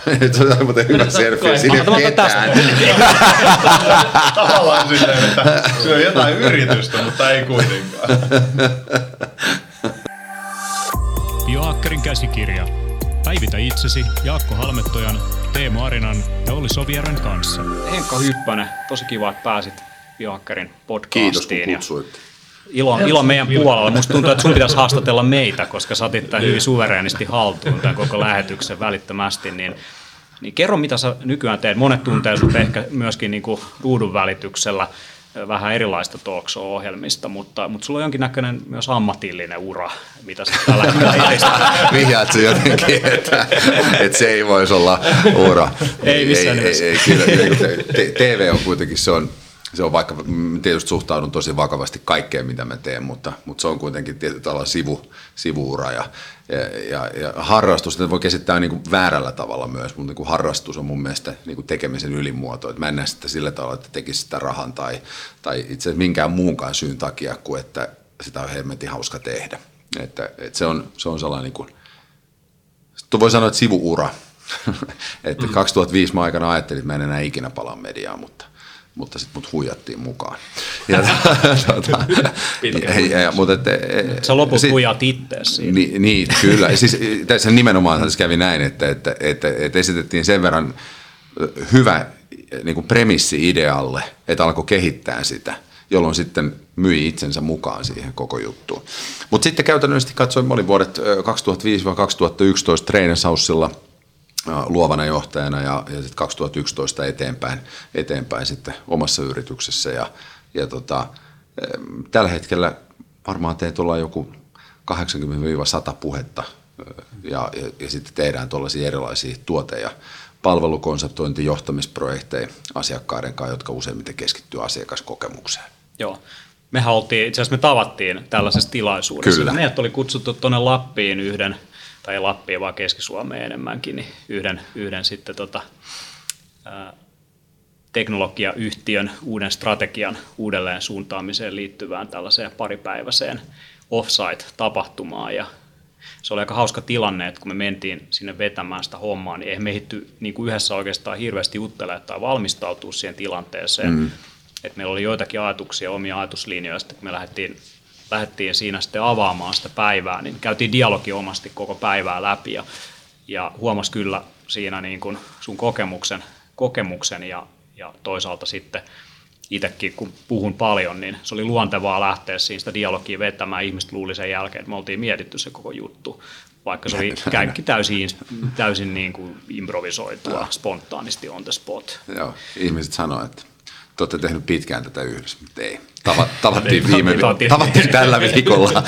Se on muuten hyvä selfie, siinä ei ole ketään. Tavallaan silleen, että se on jotain yritystä, mutta ei kuitenkaan. Biohakkerin käsikirja. Päivitä itsesi Jaakko Halmettojan, Teemu Arinan ja Olli Sovijärven kanssa. Henkka Hyppönen, tosi kiva, että pääsit Biohakkerin podcastiin. Kiitos, kun kutsuitte. Ilo meidän puolella. Musta tuntuu, että sun pitäisi haastatella meitä, koska sä otit tämän hyvin suvereenisti haltuun tämän koko lähetyksen välittömästi. Niin kerro, mitä sä nykyään teet. Monet tuntee sut ehkä myöskin niin kuin ruudun välityksellä vähän erilaista talk show-ohjelmista, mutta sulla on jonkinnäköinen myös ammatillinen ura, mitä sä tällä hetkellä edistää. Vihjaat se jotenkin, että se ei voisi olla ura. Ei missään nimessä. Kyllä, TV on kuitenkin, se on vaikka tietysti suhtaudun tosi vakavasti kaikkeen, mitä mä teen, mutta se on kuitenkin tietyllä tavalla sivuura ja harrastus, sitä voi käsittää niin kuin väärällä tavalla myös, mutta niin kuin harrastus on mun mielestä niin kuin tekemisen ylimuoto, että mä en näe sitä sillä tavalla, että tekisi sitä rahan tai itse asiassa minkään muunkaan syyn takia, kuin että sitä on hemmetin hauska tehdä. Että se on sellainen, niin kuin, voi sanoa, että sivuura. Että 2005 mä aikana ajattelin, että mä en enää ikinä palaa mediaan, mutta sitten mut huijattiin mukaan. Sä loput huijaat ittees siinä. Niin, kyllä. Siis, tässä nimenomaan kävi näin, että esitettiin sen verran hyvä niin kuin premissi idealle, että alkoi kehittää sitä, jolloin sitten myi itsensä mukaan siihen koko juttuun. Mutta sitten käytännössä katsoin, mä olin vuodet 2005-2011 Trainershoussilla luovana johtajana ja sitten 2011 eteenpäin sitten omassa yrityksessä ja tällä hetkellä varmaan teen tuolla joku 80-100 puhetta ja sitten tehdään tuollaisia erilaisia tuote- ja palvelukonseptointijohtamisprojekteja asiakkaiden kanssa, jotka useimmiten keskittyy asiakaskokemukseen. Joo. Mehän oltiin, itse asiassa me tavattiin tällaisessa tilaisuudessa. Kyllä. Meidät oli kutsuttu tuonne Lappiin tai ei Lappiin, vaan Keski-Suomeen enemmänkin, niin yhden sitten teknologiayhtiön uuden strategian uudelleen suuntaamiseen liittyvään tällaiseen paripäiväiseen offsite-tapahtumaan. Ja se oli aika hauska tilanne, että kun me mentiin sinne vetämään sitä hommaa, niin ei me ehditty niin kuin yhdessä oikeastaan hirveästi juttelemaan tai valmistautua siihen tilanteeseen. Että meillä oli joitakin ajatuksia, omia ajatuslinjoja, sitten kun me lähdettiin siinä sitten avaamaan sitä päivää, niin käytiin dialogi omasti koko päivää läpi ja huomasi kyllä siinä niin kuin sun kokemuksen ja toisaalta sitten itsekin kun puhun paljon, niin se oli luontevaa lähteä siinä sitä dialogia vetämään. Ihmiset luuli sen jälkeen, että me oltiin mietitty se koko juttu, vaikka se oli kaikki täysin niin kuin improvisoitua, spontaanisti on the spot. Joo, ihmiset sanoo, että te olette tehnyt pitkään tätä yhdessä, mutta ei. Tavattiin tällä viikolla.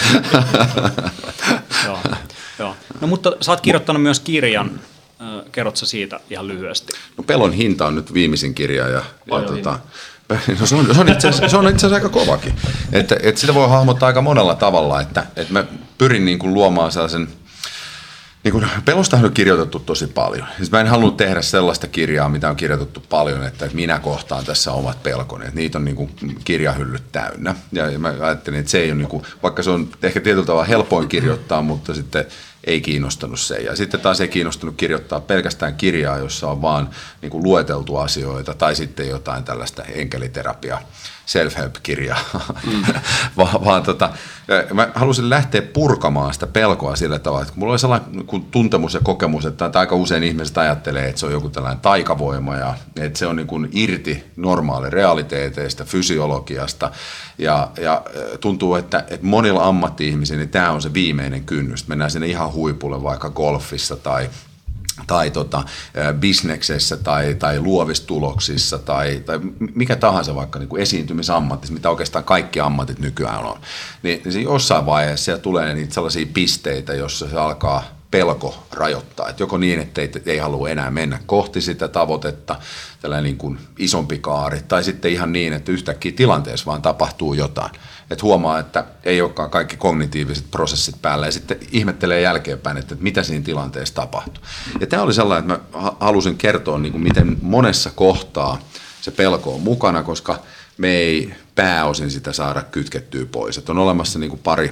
Joo. No mutta sä oot kirjoittanut myös kirjan. Kerrotko siitä ihan lyhyesti? No Pelon hinta on nyt viimeisin kirja. Se on itse asiassa aika kovakin. Että sitä voi hahmottaa aika monella tavalla, että mä pyrin niin kuin luomaan sellaisen. Niin pelostahan on kirjoitettu tosi paljon. Siis mä en halunnut tehdä sellaista kirjaa, mitä on kirjoitettu paljon, että minä kohtaan tässä omat pelkoni. Että niitä on niin kuin kirjahyllyt täynnä. Ja mä ajattelin, että se ei ole, niin kuin, vaikka se on ehkä tietyllä tavalla helpoin kirjoittaa, mutta sitten ei kiinnostanut se. Ja sitten taas ei kiinnostunut kirjoittaa pelkästään kirjaa, jossa on vaan niin kuin lueteltu asioita tai sitten jotain tällaista enkeliterapiaa. Self-help-kirjaa, vaan mä halusin lähteä purkamaan sitä pelkoa sillä tavalla, että kun mulla oli sellainen tuntemus ja kokemus, että aika usein ihmiset ajattelee, että se on joku tällainen taikavoima ja että se on niin kuin irti normaali realiteeteista, fysiologiasta ja tuntuu, että monilla ammatti-ihmisillä niin tämä on se viimeinen kynnys. Mennään sinne ihan huipulle vaikka golfissa tai bisneksessä tai luovissa tuloksissa tai mikä tahansa vaikka niin kuin esiintymisammatissa, mitä oikeastaan kaikki ammatit nykyään on, niin jossain vaiheessa siellä tulee niitä sellaisia pisteitä, jossa se alkaa pelko rajoittaa. Et joko niin, että ei halua enää mennä kohti sitä tavoitetta, tällainen niin kuin isompi kaari, tai sitten ihan niin, että yhtäkkiä tilanteessa vaan tapahtuu jotain. Että huomaa, että ei olekaan kaikki kognitiiviset prosessit päällä ja sitten ihmettelee jälkeenpäin, että mitä siinä tilanteessa tapahtuu. Ja tämä oli sellainen, että mä halusin kertoa, niin kuin miten monessa kohtaa se pelko on mukana, koska me ei pääosin sitä saada kytkettyä pois. Että on olemassa niin kuin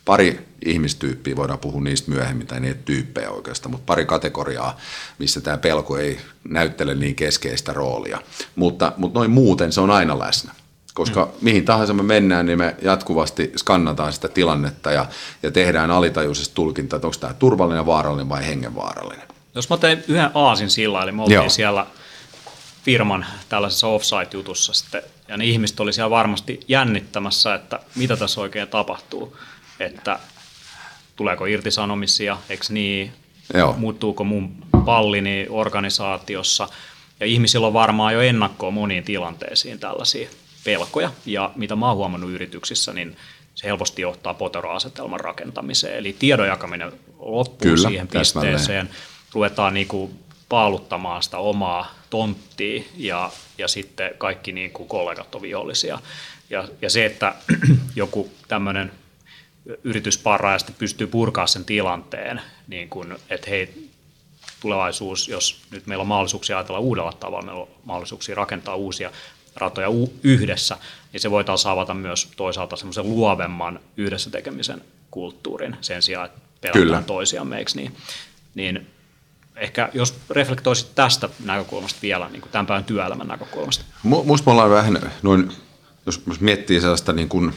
pari ihmistyyppiä, voidaan puhua niistä myöhemmin, tai niitä tyyppejä oikeastaan, mutta pari kategoriaa, missä tämä pelko ei näyttele niin keskeistä roolia. Mutta noin muuten se on aina läsnä. Koska mihin tahansa me mennään, niin me jatkuvasti skannataan sitä tilannetta ja tehdään alitajuisesti tulkintaa, että onko tämä turvallinen, vaarallinen vai hengenvaarallinen. Jos mä tein yhden aasin sillä, eli me oltiin siellä firman tällaisessa offsite-jutussa sitten, ja ne ihmiset oli siellä varmasti jännittämässä, että mitä tässä oikein tapahtuu, että tuleeko irtisanomisia, eikö niin, muuttuuko mun pallini organisaatiossa, ja ihmisillä on varmaan jo ennakkoon moniin tilanteisiin tällaisia pelkoja, ja mitä mä oon huomannut yrityksissä, niin se helposti johtaa poteroasetelman rakentamiseen, eli tiedon jakaminen loppuu siihen pisteeseen, ruvetaan niinku paaluttamaan sitä omaa tonttia, ja sitten kaikki niinku kollegat on vihollisia. Ja se, että joku tämmöinen yritysparraaja pystyy purkaa sen tilanteen, niin kun, että hei, tulevaisuus, jos nyt meillä on mahdollisuuksia ajatella uudella tavalla, meillä on mahdollisuuksia rakentaa uusia ratoja yhdessä, niin se voi taas avata myös toisaalta semmoisen luovemman yhdessä tekemisen kulttuurin sen sijaan, että pelataan toisiamme, eikö niin ehkä jos reflektoisit tästä näkökulmasta vielä, niin kuin tämän päivän työelämän näkökulmasta. Musta me ollaan vähän noin, jos miettii sellaista, niin kuin,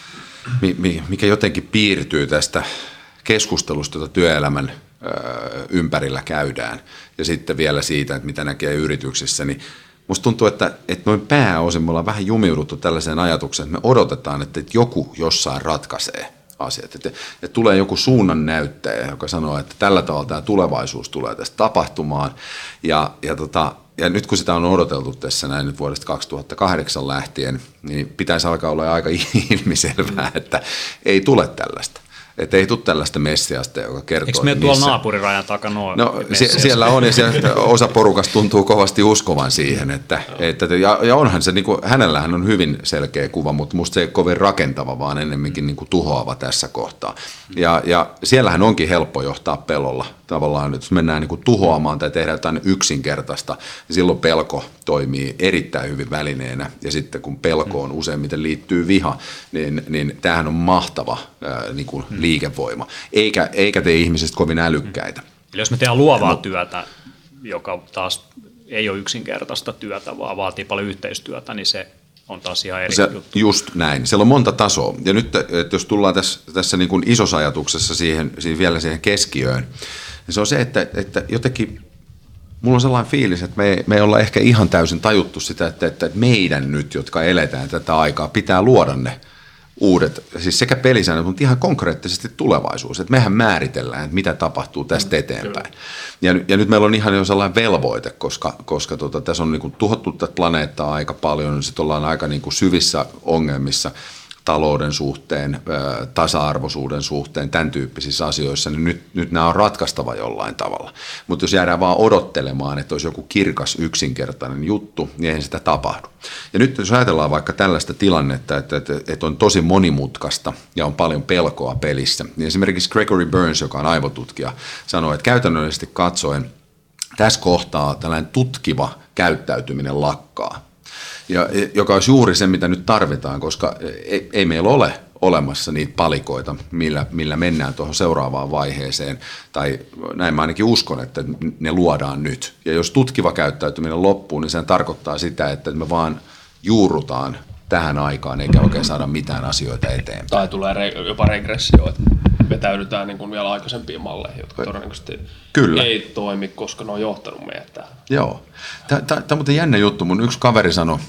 mikä jotenkin piirtyy tästä keskustelusta, jota työelämän ympärillä käydään, ja sitten vielä siitä, että mitä näkee yrityksissä, niin musta tuntuu, että noin pääosin me ollaan vähän jumiuduttu tällaiseen ajatukseen, että me odotetaan, että joku jossain ratkaisee asiat. Että tulee joku suunnan näyttäjä, joka sanoo, että tällä tavalla tämä tulevaisuus tulee tästä tapahtumaan. Ja nyt kun sitä on odoteltu tässä näin nyt vuodesta 2008 lähtien, niin pitäisi alkaa olla aika ilmiselvää, että ei tule tällaista. Että ei tule tällaista messiasta, joka kertoo, eikö me tuolla naapurirajan takana ole? No siellä on, ja osa porukasta tuntuu kovasti uskovan siihen, ja onhan se, niin kuin, hänellähän on hyvin selkeä kuva, mutta musta se ei kovin rakentava, vaan ennemminkin niin kuin tuhoava tässä kohtaa. Ja siellähän onkin helppo johtaa pelolla. Tavallaan, jos mennään niin kuin tuhoamaan tai tehdään jotain yksinkertaista, niin silloin pelko toimii erittäin hyvin välineenä. Ja sitten kun pelkoon useimmiten liittyy viha, niin tämähän on mahtava niin kuin liikevoima. Eikä tee ihmisistä kovin älykkäitä. Eli jos me tehdään luovaa työtä, joka taas ei ole yksinkertaista työtä, vaan vaatii paljon yhteistyötä, niin se on taas ihan eri juttu. Just näin. Siellä on monta tasoa. Ja nyt, että jos tullaan tässä niin kuin isossa ajatuksessa vielä siihen keskiöön, niin se on se, että jotenkin mulla on sellainen fiilis, että me ei olla ehkä ihan täysin tajuttu sitä, että meidän nyt, jotka eletään tätä aikaa, pitää luoda ne uudet, siis sekä pelisäännöt, mutta ihan konkreettisesti tulevaisuus. Että mehän määritellään, että mitä tapahtuu tästä eteenpäin. Ja nyt meillä on ihan jo sellainen velvoite, koska tässä on niin kuin tuhottu tätä planeettaa aika paljon, sitten ollaan aika niin kuin syvissä ongelmissa talouden suhteen, tasa-arvoisuuden suhteen, tämän tyyppisissä asioissa, niin nyt nämä on ratkaistava jollain tavalla. Mutta jos jäädään vaan odottelemaan, että olisi joku kirkas, yksinkertainen juttu, niin eihän sitä tapahdu. Ja nyt jos ajatellaan vaikka tällaista tilannetta, että on tosi monimutkaista ja on paljon pelkoa pelissä, niin esimerkiksi Gregory Burns, joka on aivotutkija, sanoi, että käytännöllisesti katsoen tässä kohtaa tällainen tutkiva käyttäytyminen lakkaa. Ja joka olisi juuri se, mitä nyt tarvitaan, koska ei meillä ole olemassa niitä palikoita, millä mennään tuohon seuraavaan vaiheeseen, tai näin mä ainakin uskon, että ne luodaan nyt. Ja jos tutkiva käyttäytyminen loppuu, niin se tarkoittaa sitä, että me vaan juurrutaan tähän aikaan, eikä oikein saada mitään asioita eteenpäin. Tai tulee jopa regressio, että vetäydytään niin kuin vielä aikaisempiin malleihin, jotka todennäköisesti ei toimi, koska ne on johtanut meidät tähän. Joo. Tämä on muuten jännä juttu. Mun yksi kaveri sanoi,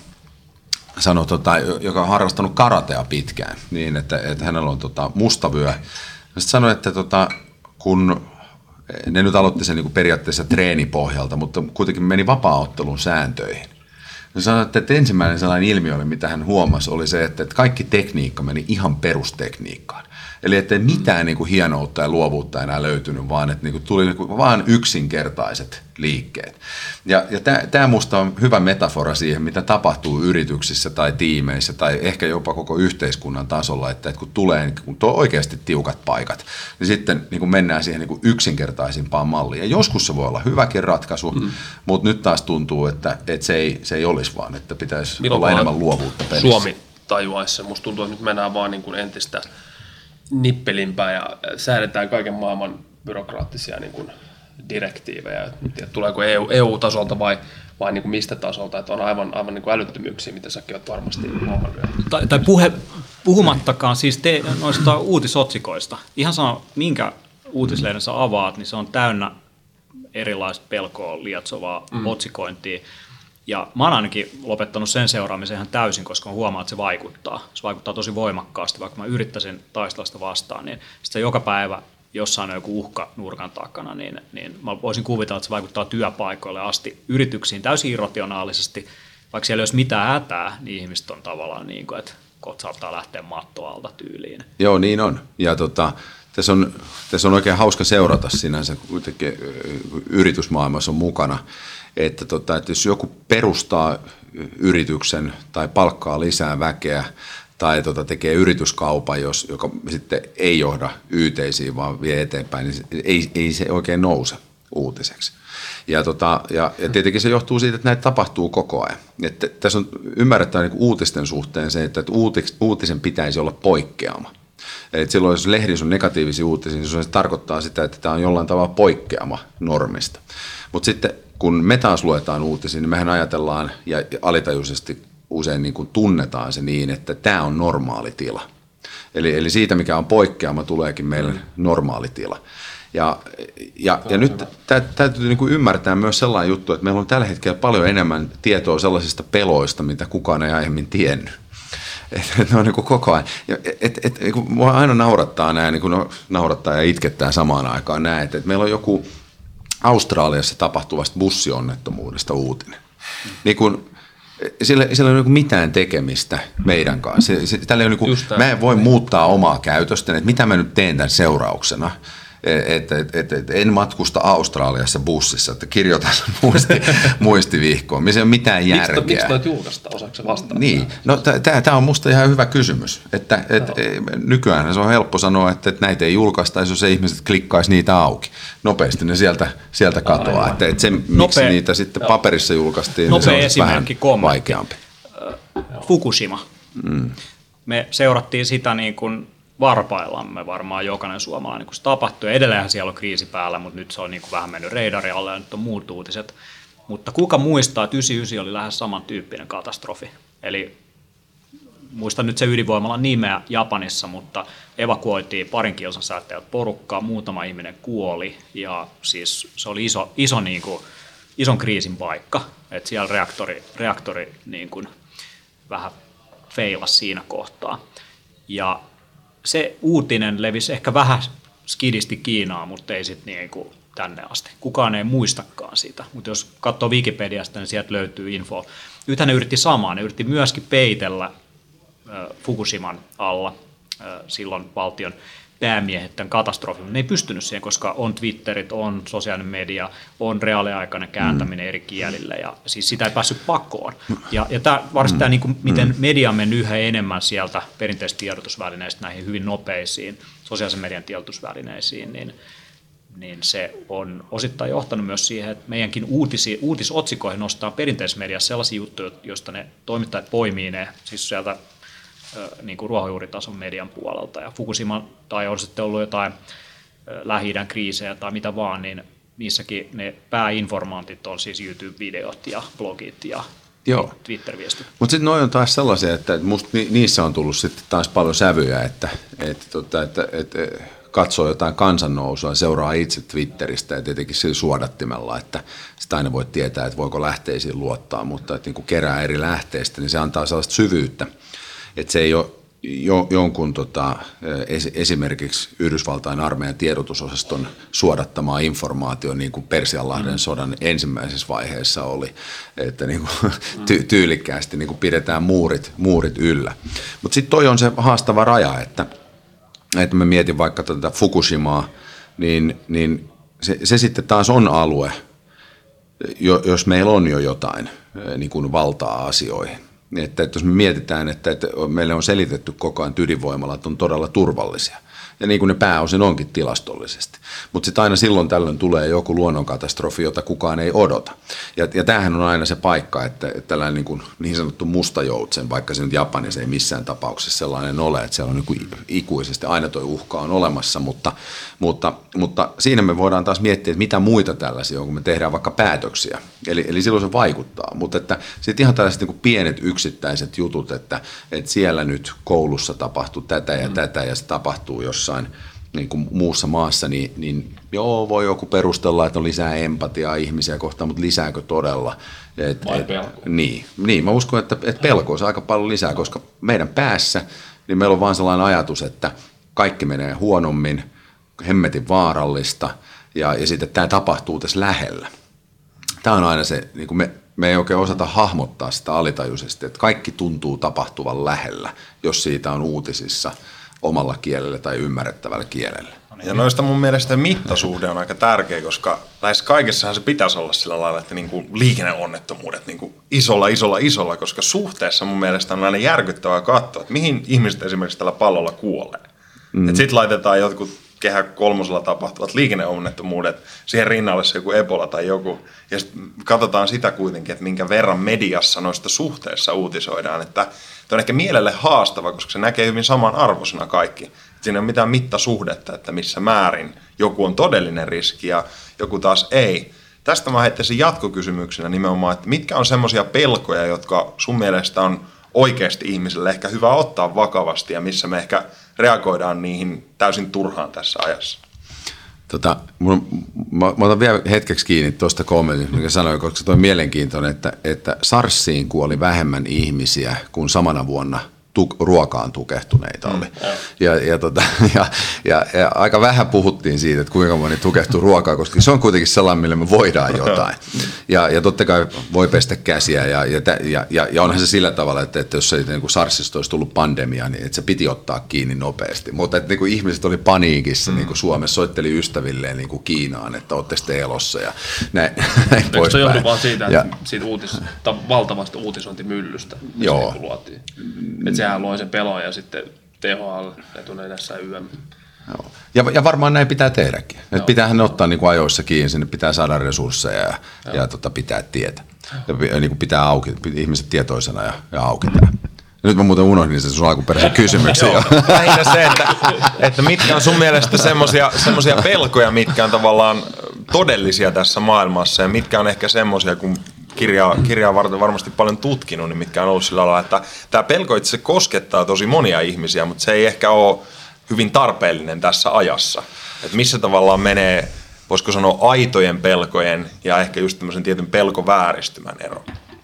joka on harrastanut karatea pitkään, niin että hänellä on mustavyö. Sitten sanoi, että kun ne nyt aloitti sen niin kuin periaatteessa treenipohjalta, mutta kuitenkin meni vapaa-ottelun sääntöihin. Hän sanoi, että ensimmäinen sellainen ilmiö, mitä hän huomasi, oli se, että kaikki tekniikka meni ihan perustekniikkaan. Eli ettei mitään niin kuin hienoutta ja luovuutta enää löytynyt, vaan että niin kuin tuli niin kuin vaan yksinkertaiset liikkeet. Ja tämä musta on hyvä metafora siihen, mitä tapahtuu yrityksissä tai tiimeissä tai ehkä jopa koko yhteiskunnan tasolla, että kun tulee kun oikeasti tiukat paikat, niin sitten niin kuin mennään siihen niin kuin yksinkertaisimpaan malliin. Ja joskus se voi olla hyväkin ratkaisu, mutta nyt taas tuntuu, että se ei olisi vaan, että pitäisi olla enemmän luovuutta pelissä. Suomi tajuaisi sen. Musta tuntuu, että nyt mennään vaan niin kuin entistä nippelimpää ja säädetään kaiken maailman byrokraattisia niin kuin direktiivejä. En tiedä, tuleeko EU-tasolta vai niin kuin mistä tasolta, että on aivan niin kuin älyttömyyksiä, mitä säkin olet varmasti huomannut. Tai puhumattakaan siis noista uutisotsikoista. Ihan sama, minkä uutislehden sä avaat, niin se on täynnä erilaista pelkoa lietsovaa otsikointia. Ja mä oon ainakin lopettanut sen seuraamisen ihan täysin, koska mä huomaan, että se vaikuttaa. Se vaikuttaa tosi voimakkaasti, vaikka mä yrittäisin taistella sitä vastaan, niin sitten joka päivä jossain on joku uhka nurkan takana, niin mä voisin kuvitella, että se vaikuttaa työpaikoille asti yrityksiin täysin irrationaalisesti. Vaikka siellä ei olisi mitään hätää, niin ihmiset on tavallaan niin kuin, että kohta saattaa lähteä mattoalta tyyliin. Joo, niin on. Ja tässä on oikein hauska seurata sinänsä, kuitenkin yritysmaailmassa on mukana, että jos joku perustaa yrityksen tai palkkaa lisää väkeä tai tekee yrityskaupan, joka sitten ei johda YT:siin, vaan vie eteenpäin, niin ei se oikein nouse uutiseksi. Ja tietenkin se johtuu siitä, että näitä tapahtuu koko ajan. Että tässä on ymmärrettävä niin uutisten suhteen se, että uutisen pitäisi olla poikkeama. Eli silloin, jos lehdissä on negatiivisia uutisia, niin se tarkoittaa sitä, että tämä on jollain tavalla poikkeama normista. Mutta sitten kun me taas luetaan uutisia, niin mehän ajatellaan ja alitajuisesti usein niin kuin tunnetaan se niin, että tämä on normaali tila. Eli siitä, mikä on poikkeama, tuleekin meille normaali tila. Ja nyt täytyy niin kuin ymmärtää myös sellainen juttu, että meillä on tällä hetkellä paljon enemmän tietoa sellaisista peloista, mitä kukaan ei aiemmin tiennyt. Että ne on niin kuin koko ajan. Mua aina naurattaa nämä, niin kuin naurattaa ja itkettää samaan aikaan nämä, että meillä on joku Australiassa tapahtuvasta bussionnettomuudesta uutinen. Niin kuin, sillä ei ole niin mitään tekemistä meidän kanssa. Tällä ei ole niin kuin, mä en voi muuttaa omaa käytöstäni, että mitä mä nyt teen tämän seurauksena. En matkusta Australiassa bussissa, että kirjoitan muistivihkoon. Missä ei ole mitään järkeä. Miksi noit julkaista? Osaatko se vastata? Niin. No, tämä on musta ihan hyvä kysymys. Nykyään se on helppo sanoa, että näitä ei julkaistaisi, jos ihmiset klikkaisi niitä auki. Nopeasti ne sieltä katoaa. Että se, miksi niitä sitten paperissa julkaistiin, niin se on vähän vaikeampi. Fukushima. Me seurattiin sitä niin kuin varpaillamme varmaan jokainen suomalainen, kun se tapahtui. Edelleenhän siellä on kriisi päällä, mutta nyt se on niin kuin vähän mennyt reidari alle ja nyt on muut uutiset. Mutta kuka muistaa, että 99 oli lähes samantyyppinen katastrofi. Eli muistan nyt se ydinvoimalan nimeä Japanissa, mutta evakuoitiin 2 kilsan säteeltä porukkaa, muutama ihminen kuoli ja siis se oli iso niin kuin, ison kriisin paikka. Että siellä reaktori niin kuin vähän feilasi siinä kohtaa. Ja se uutinen levisi ehkä vähän skidisti Kiinaan, mutta ei sitten niin kuin tänne asti. Kukaan ei muistakaan sitä, mutta jos katsoo Wikipediasta, niin sieltä löytyy info. Nythän ne yritti samaa, ne yritti myöskin peitellä Fukushiman alla silloin valtion päämiehet tämän katastrofin, mutta ne ei pystynyt siihen, koska on Twitterit, on sosiaalinen media, on reaaliaikainen kääntäminen eri kielillä, ja siis sitä ei päässyt pakoon. Ja varsinkin tämä, niin kuin, miten media on mennyt yhä enemmän sieltä perinteisistä tiedotusvälineistä näihin hyvin nopeisiin sosiaalisen median tiedotusvälineisiin, niin se on osittain johtanut myös siihen, että meidänkin uutisotsikoihin nostaa perinteisessä mediassa sellaisia juttuja, joista ne toimittajat poimii ne, siis sieltä niin kuin ruohonjuuritason median puolelta. Ja Fukushima, tai on sitten ollut jotain Lähi-idän kriisejä tai mitä vaan, niin niissäkin ne pääinformantit on siis YouTube-videot ja blogit ja Twitter-viestit. Mutta sitten noin on taas sellaisia, että musta niissä on tullut sitten taas paljon sävyjä, että katsoo jotain kansannousua, seuraa itse Twitteristä ja tietenkin sillä suodattimella, että sitä aina voi tietää, että voiko lähteisiin luottaa, mutta että niin kun kerää eri lähteistä, niin se antaa sellaista syvyyttä, että se ei ole jonkun esimerkiksi Yhdysvaltain armeijan tiedotusosaston suodattamaa informaatio, niin kuin Persianlahden sodan ensimmäisessä vaiheessa oli, että niin kuin tyylikkäästi niin kuin pidetään muurit yllä. Mutta sitten toi on se haastava raja, että mä mietin vaikka tätä Fukushimaa, niin se sitten taas on alue, jos meillä on jo jotain niin kuin valtaa asioihin. Että jos me mietitään, että meille on selitetty koko ajan, että ydinvoimalat on todella turvallisia. Ja niin kuin ne pääosin onkin tilastollisesti. Mutta sitten aina silloin tällöin tulee joku luonnonkatastrofi, jota kukaan ei odota. Ja tämähän on aina se paikka, että tällainen niin sanottu mustajoutsen, vaikka se nyt Japanissa ei missään tapauksessa sellainen ole, että siellä on ikuisesti aina tuo uhka on olemassa, mutta siinä me voidaan taas miettiä, että mitä muita tällaisia on, kun me tehdään vaikka päätöksiä. Eli silloin se vaikuttaa, mutta että sitten ihan tällaiset pienet yksittäiset jutut, että siellä nyt koulussa tapahtuu tätä ja tätä ja se tapahtuu jossain niin kuin muussa maassa, niin joo, voi joku perustella, että on lisää empatiaa ihmisiä kohtaan, mutta lisääkö todella? Vai pelko? Niin, mä uskon, että pelko on aika paljon lisää, koska meidän päässä niin meillä on vaan sellainen ajatus, että kaikki menee huonommin, hemmetin vaarallista, ja sitten tämä tapahtuu tässä lähellä. Tämä on aina se, niin kuin me ei oikein osata hahmottaa sitä alitajuisesti, että kaikki tuntuu tapahtuvan lähellä, jos siitä on uutisissa omalla kielellä tai ymmärrettävällä kielellä. Ja noista mun mielestä mittasuhde on aika tärkeä, koska lähes kaikessahan se pitäisi olla sillä lailla, että niinku liikenneonnettomuudet niinku isolla, koska suhteessa mun mielestä on aina järkyttävää katsoa, että mihin ihmiset esimerkiksi tällä pallolla kuolee. Sitten laitetaan jotkut Kehä kolmosella tapahtuvat liikenneonnettomuudet, siihen rinnalle se joku Ebola tai joku, ja sitten katsotaan sitä kuitenkin, että minkä verran mediassa noista suhteessa uutisoidaan, että on ehkä mielelle haastava, koska se näkee hyvin samanarvoisena kaikki. Siinä ei ole mitään mittasuhdetta, että missä määrin joku on todellinen riski ja joku taas ei. Tästä mä heittäisin jatkokysymyksenä nimenomaan, että mitkä on semmoisia pelkoja, jotka sun mielestä on oikeasti ihmiselle ehkä hyvä ottaa vakavasti ja missä me ehkä reagoidaan niihin täysin turhaan tässä ajassa? Mä otan vielä hetkeksi kiinni tuosta kommentista, mikä sanoin, koska tuo on mielenkiintoinen, että SARSiin kuoli vähemmän ihmisiä kuin samana vuonna ruokaan tukehtuneita oli. Ja aika vähän puhuttiin siitä, että kuinka moni tukehtuu ruokaa, koska se on kuitenkin sellainen, millä me voidaan jotain. Ja totta kai voi pestä käsiä, ja onhan se sillä tavalla, että jos se niin kuin SARSista olisi tullut pandemia, niin että se piti ottaa kiinni nopeasti. Mutta että niin kuin ihmiset oli paniikissa, niin kuin Suomessa soitteli ystävilleen niin kuin Kiinaan, että olette sitten elossa ja näin poispäin. Se johtui vaan siitä, että siitä valtavasta uutisointimyllystä, missä niin luotiin. Että sehän loi sen pelon ja sitten THL etunenässä YM. Ja varmaan näin pitää tehdäkin. Että pitäähän ottaa niin kuin ajoissa kiinni, sinne pitää saada resursseja ja pitää tietä. Ja niin kuin pitää auki, ihmiset tietoisena ja auki tämä. Nyt mä muuten unohdin sen sun alkuperäisen kysymyksen. Lähinnä se, että mitkä on sun mielestä semmoisia pelkoja, mitkä on tavallaan todellisia tässä maailmassa ja mitkä on ehkä semmoisia, kun kirjaa varten varmasti paljon tutkinut, niin mitkä on ollut sillä lailla, että tämä pelko itse koskettaa tosi monia ihmisiä, mutta se ei ehkä ole hyvin tarpeellinen tässä ajassa. Että missä tavallaan menee, voisiko sanoa, aitojen pelkojen ja ehkä just tämmöisen tietyn pelkovääristymän ero.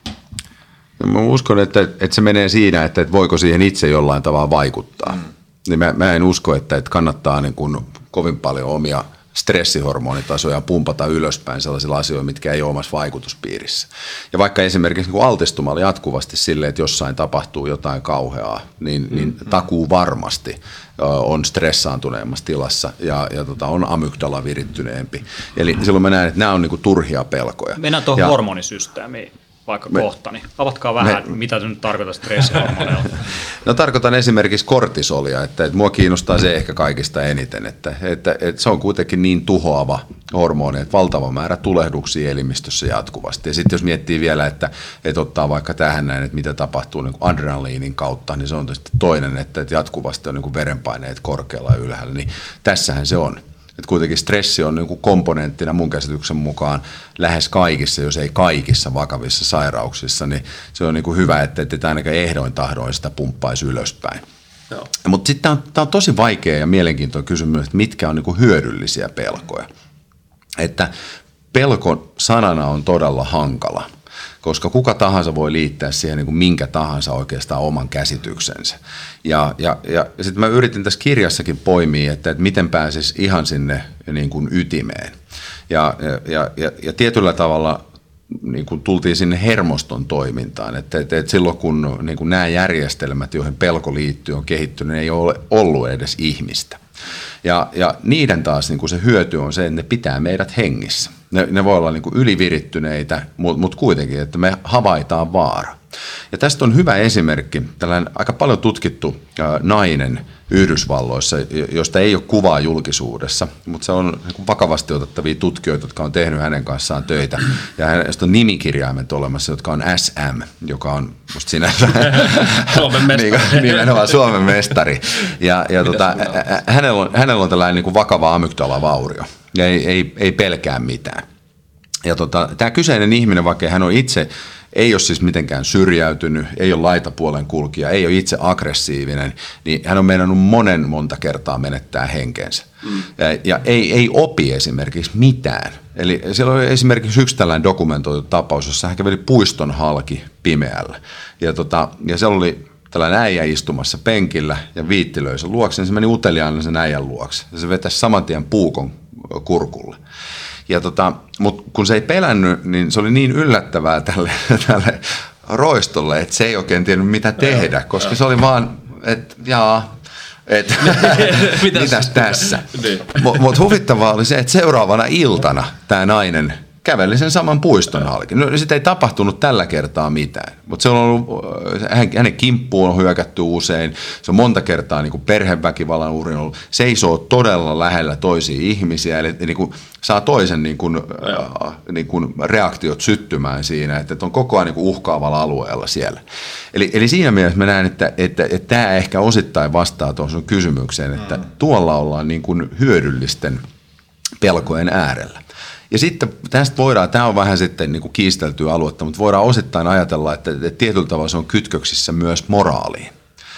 Mä uskon, että se menee siinä, että voiko siihen itse jollain tavalla vaikuttaa. Niin mä en usko, että kannattaa niin kuin kovin paljon omia stressihormonitasoja pumpata ylöspäin sellaisilla asioilla, mitkä ei ole omassa vaikutuspiirissä. Ja vaikka esimerkiksi niin altistumalla jatkuvasti sille, että jossain tapahtuu jotain kauheaa, niin takuu varmasti on stressaantuneemmassa tilassa ja on amygdala virittyneempi. Eli silloin mä näen, että nämä on niin kuin turhia pelkoja. Mennään tuohon hormonisysteemiin vaikka kohta, niin avatkaa vähän, mitä se nyt tarkoittaa stressihormoneilla. No tarkoitan esimerkiksi kortisolia, että mua kiinnostaa se ehkä kaikista eniten, että se on kuitenkin niin tuhoava hormoni, että valtava määrä tulehduksia elimistössä jatkuvasti. Ja sitten jos miettii vielä, että ottaa vaikka tähän näin, että mitä tapahtuu niin kuin adrenaliinin kautta, niin se on tietysti toinen, että jatkuvasti on niin kuin verenpaineet korkealla ja ylhäällä, niin tässähän se on. Että kuitenkin stressi on niin kuin komponenttina mun käsityksen mukaan lähes kaikissa, jos ei kaikissa vakavissa sairauksissa, niin se on niin kuin hyvä, että et ainakaan ehdoin tahdoin sitä pumppaisi ylöspäin. Mutta sitten tämä on tosi vaikea ja mielenkiintoinen kysymys, että mitkä on niin kuin hyödyllisiä pelkoja. Että pelko sanana on todella hankala, koska kuka tahansa voi liittää siihen niin kuin minkä tahansa oikeastaan oman käsityksensä. Ja sitten mä yritin tässä kirjassakin poimia, että miten pääsisi ihan sinne niin kuin ytimeen. Ja tietyllä tavalla niin kuin tultiin sinne hermoston toimintaan, että silloin kun niin kuin nämä järjestelmät, joihin pelko liittyy, on kehittynyt, ne ei ole ollut edes ihmistä. Ja niiden taas niin kuin se hyöty on se, että ne pitää meidät hengissä. Ne voi olla niin kuin ylivirittyneitä, mutta kuitenkin, että me havaitaan vaara. Ja tästä on hyvä esimerkki, tällainen aika paljon tutkittu nainen Yhdysvalloissa, josta ei ole kuvaa julkisuudessa, mutta se on vakavasti otettavia tutkijoita, jotka on tehnyt hänen kanssaan töitä. Ja hänestä on nimikirjaimet olemassa, jotka on SM, joka on musta sinänsä nimenomaan Suomen mestari. Ja hänellä on tällainen niin kuin vakava amygdalavaurio ja ei pelkää mitään. Ja tämä kyseinen ihminen, vaikka hän on itse, ei ole siis mitenkään syrjäytynyt, ei ole laitapuolen kulkija, ei ole itse aggressiivinen, niin hän on meinannut monta kertaa menettää henkensä. Ja ei opi esimerkiksi mitään. Eli siellä oli esimerkiksi yksi tällainen dokumentoitu tapaus, jossa hän käveli puiston halki pimeällä. Ja siellä oli tällainen äijä istumassa penkillä ja viitti löi sen luokse, niin se meni uteliaana sen äijän luokse. Ja se vetäisi saman tien puukon kurkulle. Mutta kun se ei pelännyt, niin se oli niin yllättävää tälle roistolle, että se ei oikein tiennyt mitä tehdä, koska se oli vaan, että mitäs tässä. Mutta huvittavaa oli se, että seuraavana iltana tämä nainen käveli sen saman puiston halki. No, sitten ei tapahtunut tällä kertaa mitään, mutta se on ollut, hänen kimppuun on hyökätty usein, se on monta kertaa niin kuin perheväkivallan uhrin ollut, seisoo todella lähellä toisia ihmisiä, eli niin kuin saa toisen niin kuin reaktiot syttymään siinä, että on koko ajan niin kuin uhkaavalla alueella siellä. Eli siinä mielessä mä näen, että tämä ehkä osittain vastaa tuohon kysymykseen, että tuolla ollaan niin kuin hyödyllisten pelkojen äärellä. Ja sitten tästä voidaan, tämä on vähän sitten niin kuin kiisteltyä aluetta, mutta voidaan osittain ajatella, että tietyllä tavalla se on kytköksissä myös moraaliin.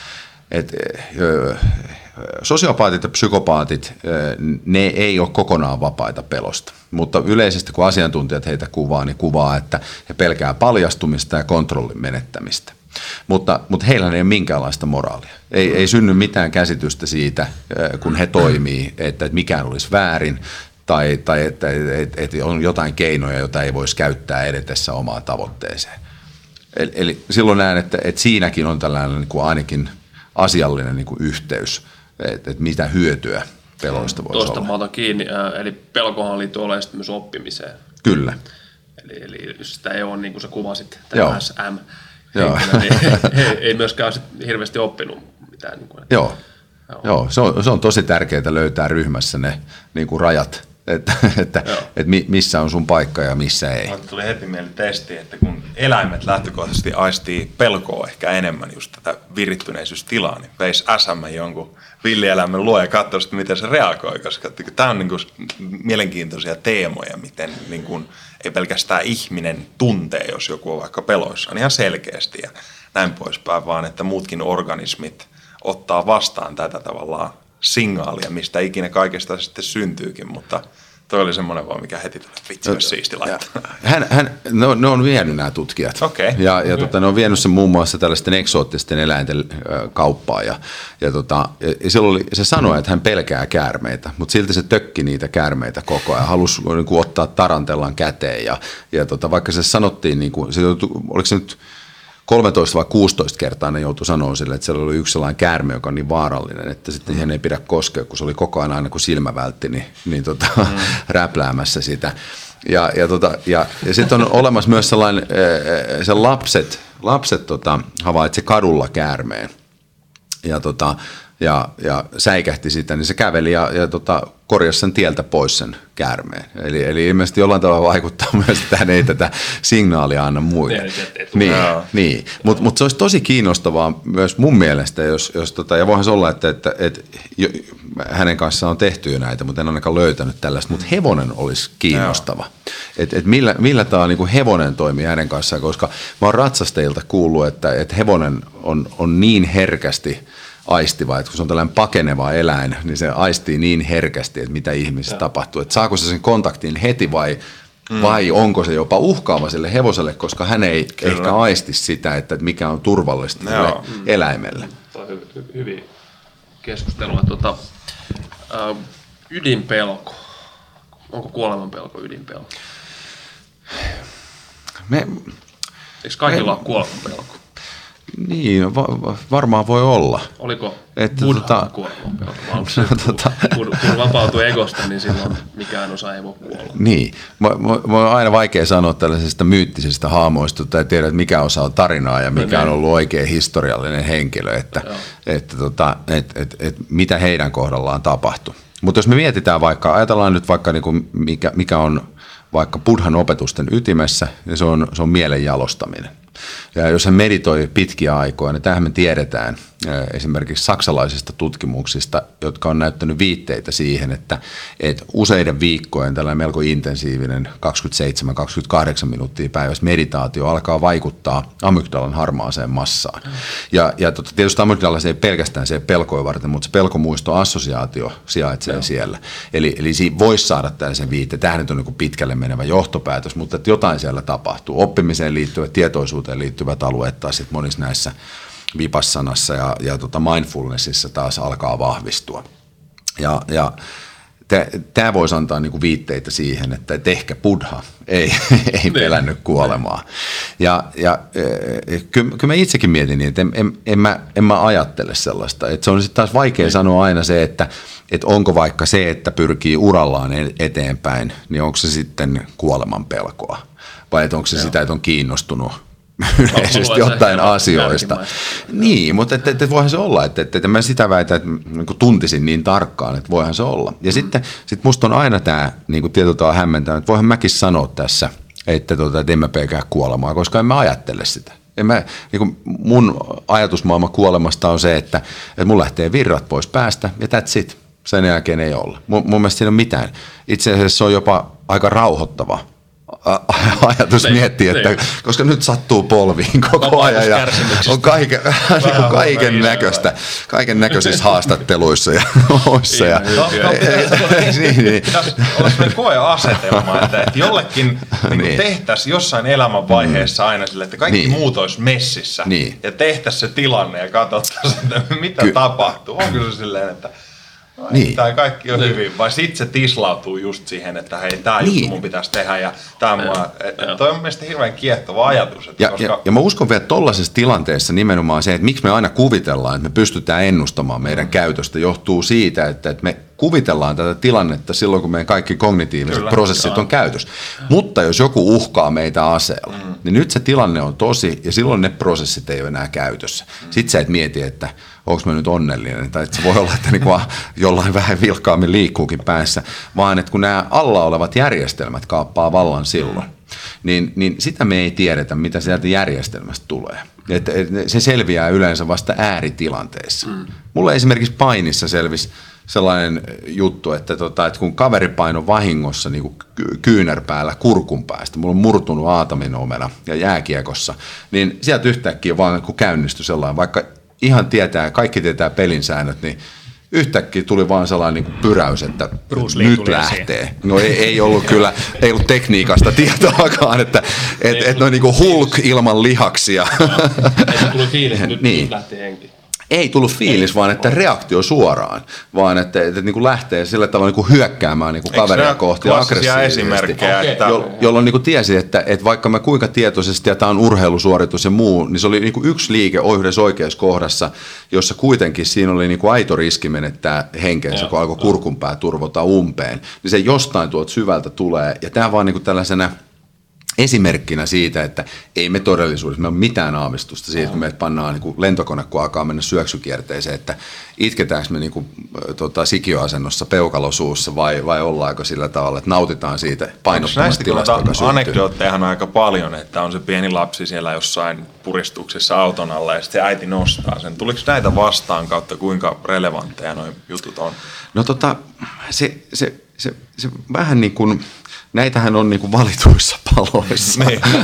Sosiopaatit ja psykopaatit, ne ei ole kokonaan vapaita pelosta, mutta yleisesti kun asiantuntijat heitä kuvaa, että he pelkää paljastumista ja kontrollin menettämistä. Mutta heillä ei ole minkäänlaista moraalia. Ei synny mitään käsitystä siitä, kun he toimii, että mikään olisi väärin, tai että on jotain keinoja, joita ei voisi käyttää edetessä omaan tavoitteeseen. Eli silloin näen, että siinäkin on tällainen niin kuin ainakin asiallinen niin kuin yhteys, että mitä hyötyä peloista voisi olla. Tuosta mä otan kiinni, eli pelkohan liittyy oleellisesti myös oppimiseen. Kyllä. Eli jos sitä ei ole, niin kuin sä kuvasit, tämä SM, niin ei myöskään hirveästi oppinut mitään. Niin kuin, Joo, se on tosi tärkeää löytää ryhmässä ne niin kuin rajat, että missä on sun paikka ja missä ei. Tuli heti mieleen testi, että kun eläimet lähtökohtaisesti aistii pelkoa ehkä enemmän just tätä virittyneisyystilaa, niin veisi SM jonkun villieläimen luo ja katsoi, miten se reagoi, koska tämä on niin kuin mielenkiintoisia teemoja, miten niin kuin ei pelkästään ihminen tuntee, jos joku on vaikka peloissaan ihan selkeästi ja näin poispäin, vaan että muutkin organismit ottaa vastaan tätä tavallaan signaalia, mistä ikinä kaikesta sitten syntyykin, mutta toi oli semmoinen vaan, mikä heti tuli, vitsi, jos siisti laittaa. Ne on vienyt nämä tutkijat. Okay. Ja ne on vienyt sen muun muassa tällaisten eksoottisten eläinten kauppaan. Ja se sanoi, että hän pelkää käärmeitä, mutta silti se tökki niitä käärmeitä koko ajan. Halusi niin kuin ottaa tarantellan käteen. Ja vaikka se sanottiin, niin kuin, oliko se nyt 13 vai 16 kertaa ne joutui sanoa sille, että siellä oli yksi sellainen käärme, joka on niin vaarallinen, että sitten siihen ei pidä koskea, kun se oli koko ajan aina kun silmä vältti, niin räpläämässä sitä. Ja sitten on olemassa myös sellainen, se lapset havaitsi kadulla käärmeen ja säikähti sitä, niin se käveli ja korjasi sen tieltä pois sen käärmeen. Eli ilmeisesti jollain tavalla vaikuttaa myös, että hän ei tätä signaalia anna muille. Niin. Mutta se olisi tosi kiinnostavaa myös mun mielestä, jos ja voihan se olla, että hänen kanssaan on tehty jo näitä, mutta en ainakaan löytänyt tällaista, mutta hevonen olisi kiinnostava. Että millä tavalla niin kuin hevonen toimii hänen kanssaan, koska mä oon ratsastajilta kuullut, että hevonen on niin herkästi aistiva, että kun se on tällainen pakeneva eläin, niin se aistii niin herkästi, että mitä ihmisessä tapahtuu. Että saako se sen kontaktin heti vai onko se jopa uhkaava sille hevoselle, koska hän ei ehkä aisti sitä, että mikä on turvallista eläimelle. Tämä on hyvin keskustelua. Ydinpelko. Onko kuolemanpelko ydinpelko? Eikö kaikilla ole kuolemanpelko? Niin, varmaan voi olla. Oliko Että Buddhan kuolema? Kun vapautuu egosta, niin silloin mikään osa ei voi kuolla. Niin. Mä on aina vaikea sanoa tällaisista myyttisistä haamoista, tai tiedä, että mikä osa on tarinaa ja mikä on ollut oikein historiallinen henkilö, että mitä heidän kohdallaan tapahtui. Mutta jos me mietitään ajatellaan nyt vaikka niin kuin mikä on vaikka Buddhan opetusten ytimessä, niin se on mielen jalostaminen. Ja jos hän meditoi pitkiä aikoja, niin tämähän me tiedetään esimerkiksi saksalaisista tutkimuksista, jotka on näyttänyt viitteitä siihen, että useiden viikkojen tällainen melko intensiivinen 27-28 minuuttia päivässä meditaatio alkaa vaikuttaa amygdalan harmaaseen massaan. Ja tietysti amygdala ei pelkästään se pelkoja varten, mutta se pelkomuistoassosiaatio sijaitsee siellä. Eli siinä voisi saada tällaisen viitteen. Tämähän nyt on niin pitkälle menevä johtopäätös, mutta että jotain siellä tapahtuu. Oppimiseen liittyvät, tietoisuuteen liittyvät alueet taas sitten monissa näissä vipassanassa ja mindfulnessissa taas alkaa vahvistua. Ja tämä voisi antaa niinku viitteitä siihen, että ehkä Buddha ei pelännyt kuolemaa. Ja kyllä mä itsekin mietin niin, että en mä ajattele sellaista. Että se on sitten taas vaikea sanoa aina se, että onko vaikka se, että pyrkii urallaan eteenpäin, niin onko se sitten kuoleman pelkoa. Vai onko se sitä, että on kiinnostunut yleisesti jotain asioista. Niin, mutta voihan se olla, että mä sitä väitän, että niin tuntisin niin tarkkaan, että voihan se olla. Ja sitten musta on aina tämä niin tietyllä tavalla hämmentänyt, että voihan mäkin sanoa tässä, että en mä pelkää kuolemaa, koska en mä ajattele sitä. Niin mun ajatusmaailma kuolemasta on se, että mun lähtee virrat pois päästä ja that's it. Sen jälkeen ei olla. Mun mielestä siinä on mitään. Itse asiassa se on jopa aika rauhoittava ajatus miettiä, että koska nyt sattuu polviin koko ajan ja on kaiken näköisissä haastatteluissa ja muissa. Olisi me koeasetelma, että jollekin tehtäisiin jossain elämänvaiheessa aina sille, että kaikki muut olisi messissä ja tehtäisiin se tilanne ja katsottaisiin, että mitä tapahtuu. Onko se silleen, että tämä kaikki on hyvin, vai sitten se tislautuu just siihen, että hei, tämä juttu mun pitäisi tehdä ja tämä toi on mielestäni hirveän kiehtova ajatus. Ja mä uskon vielä, että tollaisessa tilanteessa nimenomaan se, että miksi me aina kuvitellaan, että me pystytään ennustamaan meidän käytöstä, johtuu siitä, että me kuvitellaan tätä tilannetta silloin, kun meidän kaikki kognitiiviset prosessit on käytössä. Mutta jos joku uhkaa meitä aseella, niin nyt se tilanne on tosi ja silloin ne prosessit ei ole enää käytössä. Sitten sä et mieti, että onko mä nyt onnellinen, tai että se voi olla, että niinku jollain vähän vilkkaammin liikkuukin päässä, vaan että kun nämä alla olevat järjestelmät kaappaa vallan silloin, niin sitä me ei tiedetä, mitä sieltä järjestelmästä tulee. Että se selviää yleensä vasta ääritilanteissa. Mulla esimerkiksi painissa selvisi sellainen juttu, että kun kaveri painoi vahingossa niin kyynärpäällä kurkun päästä, mulla on murtunut aataminomena ja jääkiekossa, niin sieltä yhtäkkiä vaan kun käynnistyi sellainen, vaikka ihan kaikki tietää pelin säännöt, niin yhtäkkiä tuli vaan sellainen niin pyräys, että nyt lähtee. No ei ollut kyllä, ei ollut tekniikasta tietoakaan, että on niin kuin Hulk ilman lihaksia. Ei se tullut fiilis, nyt lähti henki. Ei tullut fiilis, vaan että reaktio suoraan, vaan että niin kuin lähtee sillä tavalla niin kuin hyökkäämään niin kuin kaveria kohti aggressiivisesti, jolloin niin kuin tiesi, että vaikka mä kuinka tietoisesti, ja tämä on urheilusuoritus ja muu, niin se oli niin kuin yksi liike yhdessä oikeassa kohdassa, jossa kuitenkin siinä oli niin kuin aito riski menettää henkeensä, kun alkoi kurkunpää turvota umpeen, niin se jostain tuolta syvältä tulee, ja tämä vaan niin kuin tällaisena esimerkkinä siitä, että ei me todellisuudessa, me ole mitään aavistusta siitä, kun meidät pannaan niin kuin lentokone, kun alkaa mennä syöksykierteeseen, että itketäänkö me niin kuin, sikioasennossa peukalosuussa vai ollaanko sillä tavalla, että nautitaan siitä painottomasta tilasta, joka syntyy. Anekdoottejahan on aika paljon, että on se pieni lapsi siellä jossain puristuksessa auton alla ja sitten se äiti nostaa sen. Tuliko näitä vastaan kautta, kuinka relevantteja nuo jutut on? No se vähän niin kuin näitähän on niin kuin valituissa paloissa,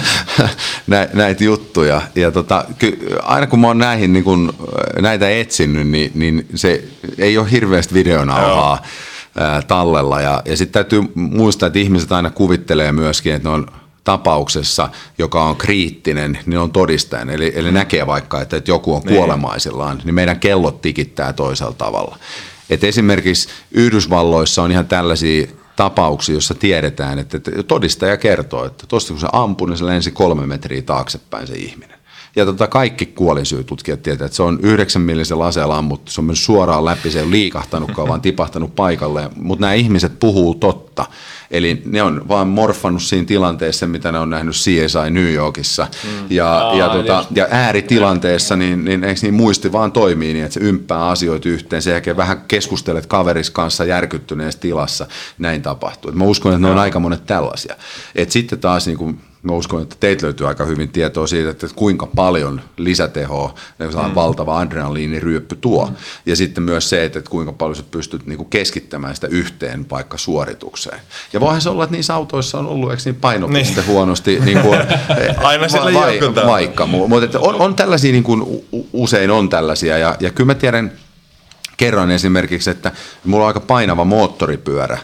näitä juttuja. Ja aina kun mä oon näihin niin kuin, näitä etsinyt, niin se ei ole hirveästi videonauhaa tallella. Ja sitten täytyy muistaa, että ihmiset aina kuvittelee myöskin, että ne on tapauksessa, joka on kriittinen, niin on todistajan. Eli näkee vaikka, että joku on kuolemaisillaan, niin meidän kellot tikittää toisella tavalla. Et esimerkiksi Yhdysvalloissa on ihan tällaisia tapauksia, jossa tiedetään, että todistaja kertoo, että tuosta kun se ampui, niin se lensi 3 metriä taaksepäin se ihminen. Ja kaikki kuolinsyytutkijat tietää, että se on 9 millisellä aseella ammuttu, se on mennyt suoraan läpi, se ei ole liikahtanutkaan, vaan tipahtanut paikalle. Mutta nämä ihmiset puhuu totta. Eli ne on vaan morfannut siinä tilanteessa, mitä ne on nähnyt CSI New Yorkissa. Ja ääritilanteessa, niin eikö niin muisti vaan toimii niin, että se ymppää asioita yhteen. Sen jälkeen vähän keskustelet kaveris kanssa järkyttyneessä tilassa. Näin tapahtuu. Et mä uskon, että ne on aika monet tällaisia. Et sitten taas niin kuin mä uskon, että teitä löytyy aika hyvin tietoa siitä, että kuinka paljon lisätehoa valtava adrenaliiniryöppy tuo. Ja sitten myös se, että kuinka paljon sä pystyt niinku keskittämään sitä yhteen vaikka suoritukseen. Ja voihan se olla, että niissä autoissa on ollut niin painopiste huonosti. Niinku, aina sillä vaikka. Mutta on tällaisia, niin kuin, usein on tällaisia. Ja kyllä mä kerron esimerkiksi, että mulla on aika painava moottoripyörä.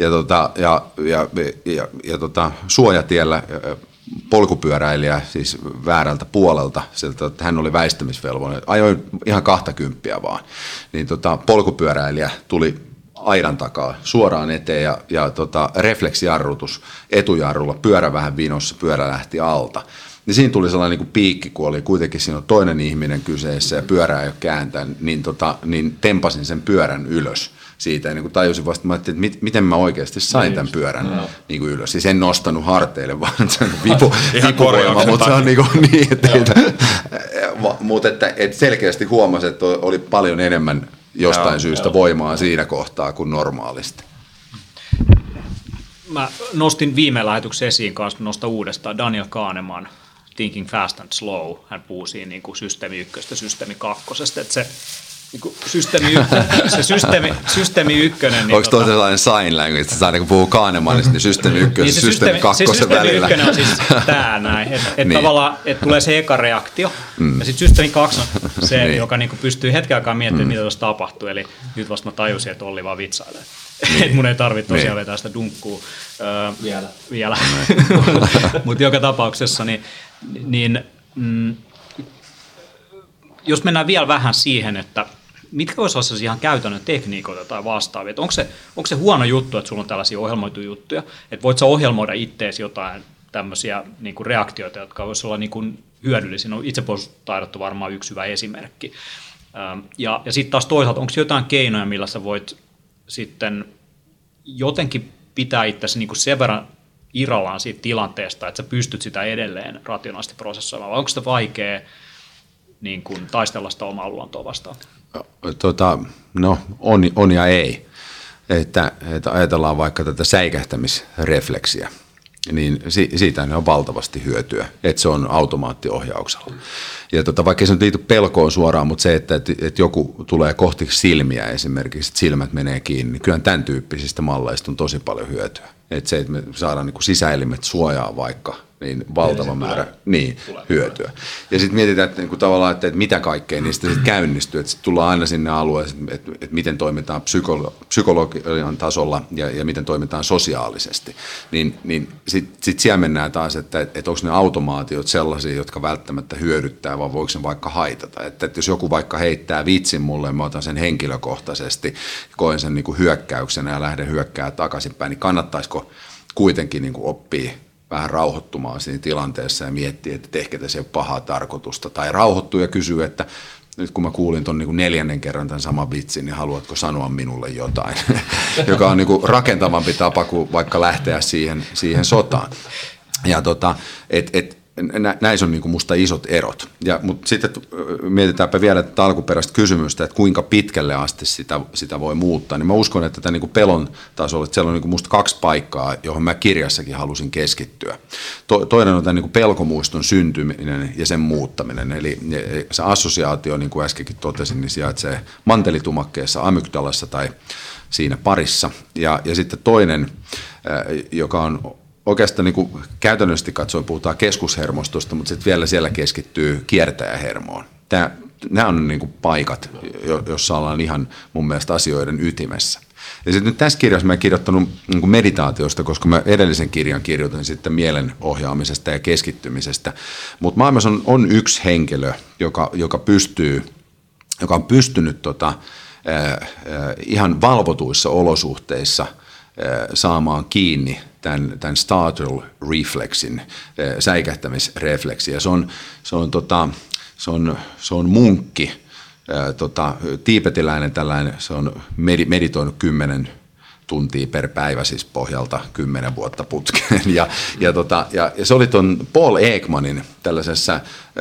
Ja suojatiellä polkupyöräilijä siis väärältä puolelta, sieltä, että hän oli väistämisvelvollinen, ajoin ihan 20 vaan, niin polkupyöräilijä tuli aidan takaa suoraan eteen ja refleksijarrutus etujarrulla, pyörä vähän vinossa, pyörä lähti alta. Niin siinä tuli sellainen niin kuin piikki, kun oli kuitenkin siinä on toinen ihminen kyseessä ja pyörä ei ole kääntänyt, niin tempasin sen pyörän ylös siitä. Ja niin kuin tajusin vasta, että miten mä oikeasti sain tämän pyörän niin kuin ylös. Siis en nostanut harteille, vaan se on vipuvoima, mutta se on niin, mutta että selkeästi huomasi, että oli paljon enemmän jostain syystä voimaa siinä kohtaa kuin normaalisti. Mä nostin viime lähetyksen esiin kanssa, nostan uudestaan Daniel Kahneman, Thinking Fast and Slow. Hän puhuu siinä niin kuin systeemi 1 ja systeemi 2. Että se niin systeemi 1... Niin onko tuo sellainen sign language, että saa niin puhua Kahnemanista, niin systeemi 1 ja systeemi 2 välillä? Systeemi 1 on siis tämä näin, että niin. Tavallaan että tulee se eka reaktio, ja sitten systeemi 2 on se, niin. Joka niin kuin pystyy hetken aikaa miettimään, mitä tuossa tapahtuu. Eli nyt vasta mä tajusin, että Olli vaan vitsailee. Niin. Että mun ei tarvitse tosiaan vetää sitä dunkkua vielä. Mutta joka tapauksessa, jos mennään vielä vähän siihen, että mitkä olisi sellaisia ihan käytännön tekniikoita tai vastaavia, että onko se huono juttu, että sulla on tällaisia ohjelmoituja juttuja, että voit sä ohjelmoida itteesi jotain tämmöisiä niin kuin reaktioita, jotka voisivat olla niin kuin hyödyllisiä. No, itsepuolustustaidot on varmaan yksi hyvä esimerkki. Ja sitten taas toisaalta, onko jotain keinoja, millä sä voit sitten jotenkin pitää itsesi niin kuin sen verran irrallaan siitä tilanteesta, että sä pystyt sitä edelleen rationaalisesti prosessoimaan, vai onko sitä vaikea niin kuin taistella sitä omaa luontoa vastaan? No on ja ei. Että ajatellaan vaikka tätä säikähtämisrefleksiä, niin siitä on valtavasti hyötyä, että se on automaattiohjauksella. Ja vaikka se nyt liity pelkoon suoraan, mutta se, että joku tulee kohti silmiä esimerkiksi, että silmät menee kiinni, niin kyllä tämän tyyppisistä malleista on tosi paljon hyötyä. Että se, että me saadaan niin kuin sisäelimet suojaa vaikka, niin valtava määrä hyötyä. Ja sitten mietitään, että, niin kuin tavallaan, että mitä kaikkea niistä sitten käynnistyy, että sitten tullaan aina sinne alueeseen, että miten toimitaan psykologian tasolla ja miten toimitaan sosiaalisesti. Niin sitten siellä mennään taas, että onko ne automaatiot sellaisia, jotka välttämättä hyödyttää, vai voiko se vaikka haitata. Että jos joku vaikka heittää vitsin mulle, mä otan sen henkilökohtaisesti, koen sen niin kuin hyökkäyksenä ja lähden hyökkää takaisinpäin, niin kannattaisiko kuitenkin niin kuin oppia vähän rauhoittumaan siinä tilanteessa ja miettiä, että ehkä tässä ei ole pahaa tarkoitusta. Tai rauhoittuu ja kysyy, että nyt kun mä kuulin ton niin kuin 4. kerran tämän saman vitsin, niin haluatko sanoa minulle jotain? Joka on niin kuin rakentavampi tapa kuin vaikka lähteä siihen sotaan. Ja näissä on niin kuin musta isot erot. Mutta sitten mietitäänpä vielä tätä alkuperäistä kysymystä, että kuinka pitkälle asti sitä voi muuttaa. Niin mä uskon, että niin kuin pelon tasolla, että siellä on niin kuin musta 2 paikkaa, johon mä kirjassakin halusin keskittyä. Toinen on tämän niin kuin pelkomuiston syntyminen ja sen muuttaminen. Eli se assosiaatio, niin kuin äskenkin totesin, niin sijaitsee mantelitumakkeessa, amygdalassa tai siinä parissa. Ja sitten toinen, joka on oikeastaan niin kuin käytännöllisesti katsoen puhutaan keskushermostosta, mutta sitten vielä siellä keskittyy kiertäjähermoon. Nämä on niin kuin paikat, joissa ollaan ihan mun mielestä asioiden ytimessä. Ja sitten nyt tässä kirjassa mä en kirjoittanut niin kuin meditaatiosta, koska mä edellisen kirjan kirjoitin sitten mielen ohjaamisesta ja keskittymisestä. Mutta maailmassa on yksi henkilö, joka on pystynyt ihan valvotuissa olosuhteissa saamaan kiinni tämän startle reflexin, säikähtämisrefleksi. Ja se on munkki, tiibetiläinen tällainen, se on meditoinut 10 tuntia per päivä siis pohjalta 10 vuotta putkeen. Ja se oli tuon Paul Ekmanin tällaisessa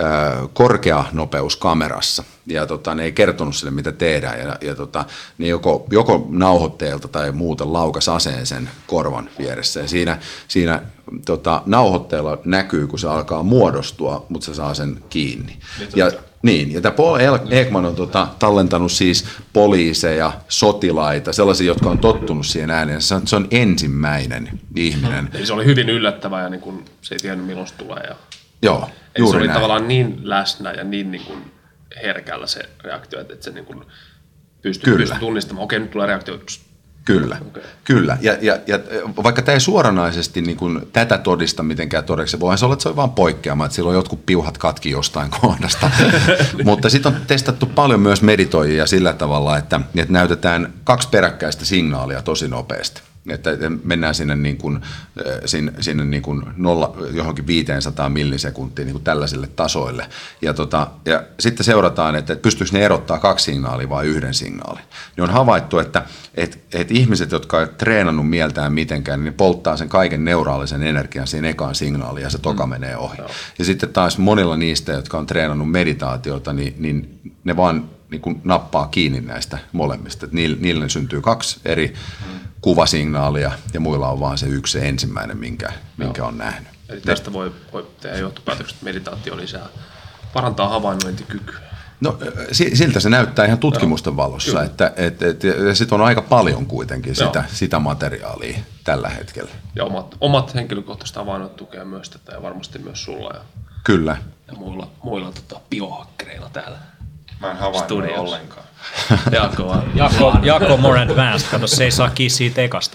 korkeanopeuskamerassa. Ja ne ei kertonut sille, mitä tehdään. Ne joko nauhoitteelta tai muuten laukas aseen sen korvan vieressä. Ja siinä nauhoitteella näkyy, kun se alkaa muodostua, mutta se saa sen kiinni. Ja tämä Paul Ekman on tallentanut siis poliiseja, sotilaita, sellaisia, jotka on tottunut siihen ääneen. Se on ensimmäinen ihminen. Eli se oli hyvin yllättävää ja niin kun se ei tiennyt, milloin se tulee. Joo, eli se oli näin. Tavallaan niin läsnä ja niin kun herkällä se reaktio, että se niin kun pystyi tunnistamaan, okei, nyt tulee reaktio. Kyllä. Ja vaikka tämä ei suoranaisesti niin kuin tätä todista mitenkään todeksi, voihan se olla, että se on vaan poikkeama, että silloin jotkut piuhat katki jostain kohdasta. Mutta sitten on testattu paljon myös meditoijia sillä tavalla, että näytetään 2 peräkkäistä signaalia tosi nopeasti. Että mennään sinne, sinne johonkin 500 millisekuntiin niin kuin tällaisille tasoille. Ja sitten seurataan, että pystyykö ne erottaa 2 signaalia vai 1 signaalin. Niin on havaittu, että ihmiset, jotka on treenannut mieltään mitenkään, niin ne polttaa sen kaiken neuraalisen energian siihen ekaan signaaliin ja se toka menee ohi. Ja sitten taas monilla niistä, jotka on treenannut meditaatiota, niin ne vaan niin kuin nappaa kiinni näistä molemmista. Niille syntyy 2 eri kuvasignaalia ja muilla on vaan se yksi se ensimmäinen, minkä on nähnyt. Eli tästä voi tehdä johtopäätökset, että meditaatio lisää, parantaa havainnointikykyä. No siltä se näyttää ihan tutkimusten valossa, että sit on aika paljon kuitenkin sitä materiaalia tällä hetkellä. Ja omat henkilökohtaiset havainnot tukee myös tätä ja varmasti myös sulla ja, Kyllä. Ja muilla biohakkereilla täällä. Mä en havainnut ollenkaan. Jaakko on more advanced, kato se ei saa kiinni siitä ekasta.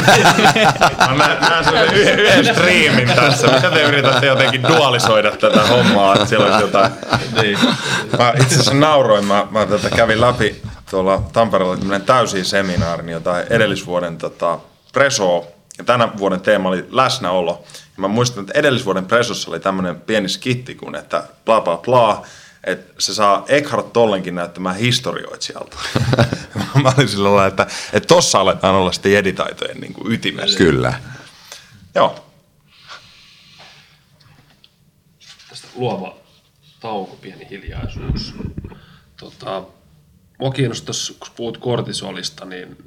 Mä näen sellaisen yhden striimin tässä. Mitä te yritätte jotenkin dualisoida tätä hommaa, että siellä olisi jotain. Niin. Mä itse asiassa nauroin, mä kävin läpi tuolla Tampereella tämmöinen täysin seminaari, jota edellisvuoden Preso, ja tänä vuoden teema oli läsnäolo. Ja mä muistan, että edellisvuoden Presossa oli tämmöinen pieni skitti, kun että bla bla bla, että se saa Eckhart Tollenkin näyttämään historioitsijalta. Mä olin sillä lailla, että tossa aletaan olla sitten jeditaitojen niin kuin ytimessä. Kyllä. Joo. Tästä luova tauko, pieni hiljaisuus. Mua kiinnostaisi, kun puhut kortisolista, niin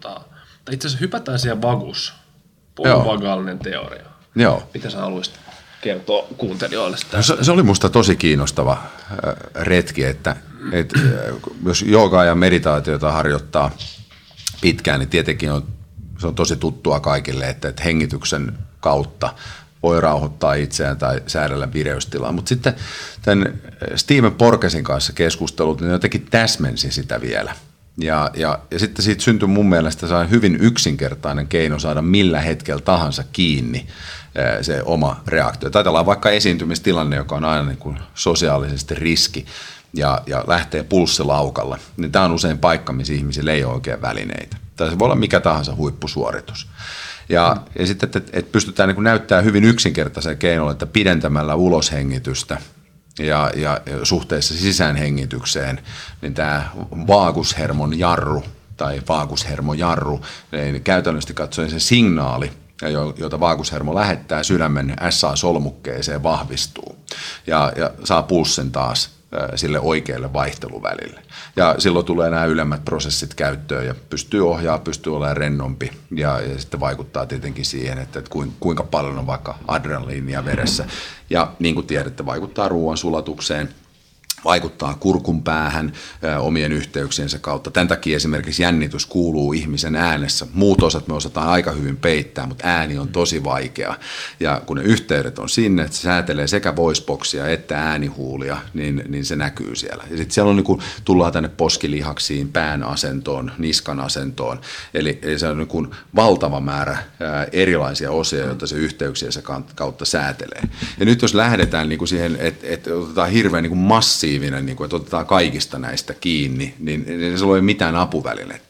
itse asiassa hypätään siihen vagaalinen teoria. Joo. Mitä sä haluaisit kertoa kuuntelijoille sitä? Se oli musta tosi kiinnostava retki, että jos joogaa ja meditaatiota harjoittaa pitkään, niin tietenkin se on tosi tuttua kaikille, että hengityksen kautta voi rauhoittaa itseään tai säädellä vireystilaa. Mutta sitten tämän Stephen Porgesin kanssa keskustelut, niin jotenkin täsmensi sitä vielä. Ja sitten siitä syntyi mun mielestä hyvin yksinkertainen keino saada millä hetkellä tahansa kiinni se oma reaktio. Ajatellaan vaikka esiintymistilanne, joka on aina niin kuin sosiaalisesti riski ja lähtee pulssilaukalle, niin tämä on usein paikka, missä ihmisillä ei ole oikein välineitä. Tai se voi olla mikä tahansa huippusuoritus. Ja sitten, että pystytään niin kuin näyttämään hyvin yksinkertaisen keinolla, että pidentämällä uloshengitystä ja suhteessa sisäänhengitykseen, niin tämä vaagushermon jarru tai vaagushermojarru, niin käytännössä katsoen se signaali, jota vaagushermo lähettää sydämen SA-solmukkeeseen, vahvistuu ja saa pulssin taas sille oikealle vaihteluvälille. Ja silloin tulee nämä ylemmät prosessit käyttöön ja pystyy olemaan rennompi ja sitten vaikuttaa tietenkin siihen, että kuinka paljon on vaikka adrenaliinia veressä. Ja niin kuin tiedätte, vaikuttaa ruoan sulatukseen, vaikuttaa kurkun päähän omien yhteyksiensä kautta. Tämän takia esimerkiksi jännitys kuuluu ihmisen äänessä. Muut osat me osataan aika hyvin peittää, mutta ääni on tosi vaikea. Ja kun ne yhteydet on sinne, että se säätelee sekä voiceboxia että äänihuulia, niin se näkyy siellä. Ja sitten siellä on, niin kuin, tullaan tänne poskilihaksiin, pään asentoon, niskan asentoon. Eli se on niin kuin valtava määrä erilaisia osia, joita se yhteyksiensä kautta säätelee. Ja nyt jos lähdetään niin kuin siihen, että otetaan hirveän niin kuin massiivinen, niin kuin, että otetaan kaikista näistä kiinni, niin se ei ole mitään apuvälinettä.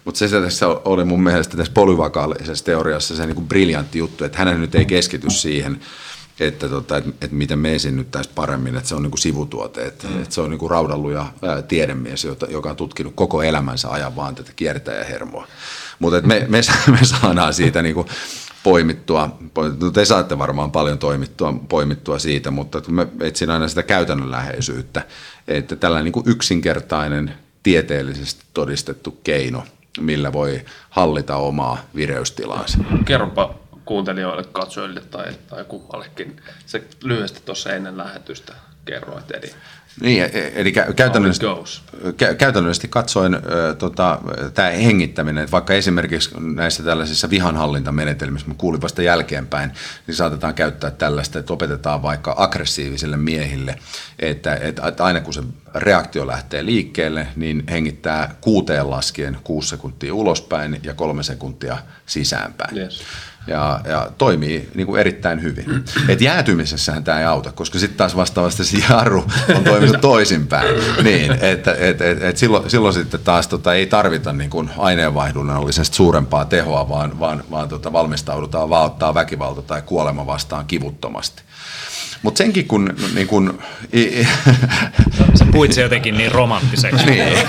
Mutta se tässä oli mun mielestä tässä polyvakaalisessa teoriassa se niin kuin briljantti juttu, että hän nyt ei keskity siihen, että miten me esiinnyttäisiin paremmin, että se on niin kuin sivutuote, että se on niin kuin raudanluja tiedemies, joka on tutkinut koko elämänsä ajan vaan tätä kiertäjähermoa. Mutta me saadaan siitä niin kuin poimittua, te saatte varmaan paljon poimittua siitä, mutta mä etsin aina sitä käytännönläheisyyttä, että tällainen niin kuin yksinkertainen, tieteellisesti todistettu keino, millä voi hallita omaa vireystilaansa. Kerropa kuuntelijoille, katsojille tai kummallekin. Se lyhyesti tuossa ennen lähetystä kerroit, Edi. Niin, eli käytännöllisesti katsoen tämä hengittäminen, että vaikka esimerkiksi näissä tällaisissa vihanhallintamenetelmissä, mä kuulin vasta jälkeenpäin, niin saatetaan käyttää tällaista, että opetetaan vaikka aggressiivisille miehille, että aina kun se reaktio lähtee liikkeelle, niin hengittää 6 laskien 6 sekuntia ulospäin ja 3 sekuntia sisäänpäin. Yes. Ja toimii niin kuin erittäin hyvin. Et jäätymisessähän tämä ei auta, koska sitten taas vastaavasti se jarru on toiminut toisinpäin. Niin, silloin sitten taas ei tarvita niin kuin aineenvaihdunnallisesti suurempaa tehoa, vaan valmistaudutaan vaan ottaa väkivalta tai kuolema vastaan kivuttomasti. Mutta senkin kun... Niin kun sä puhuit se jotenkin niin romanttiseksi. Niin.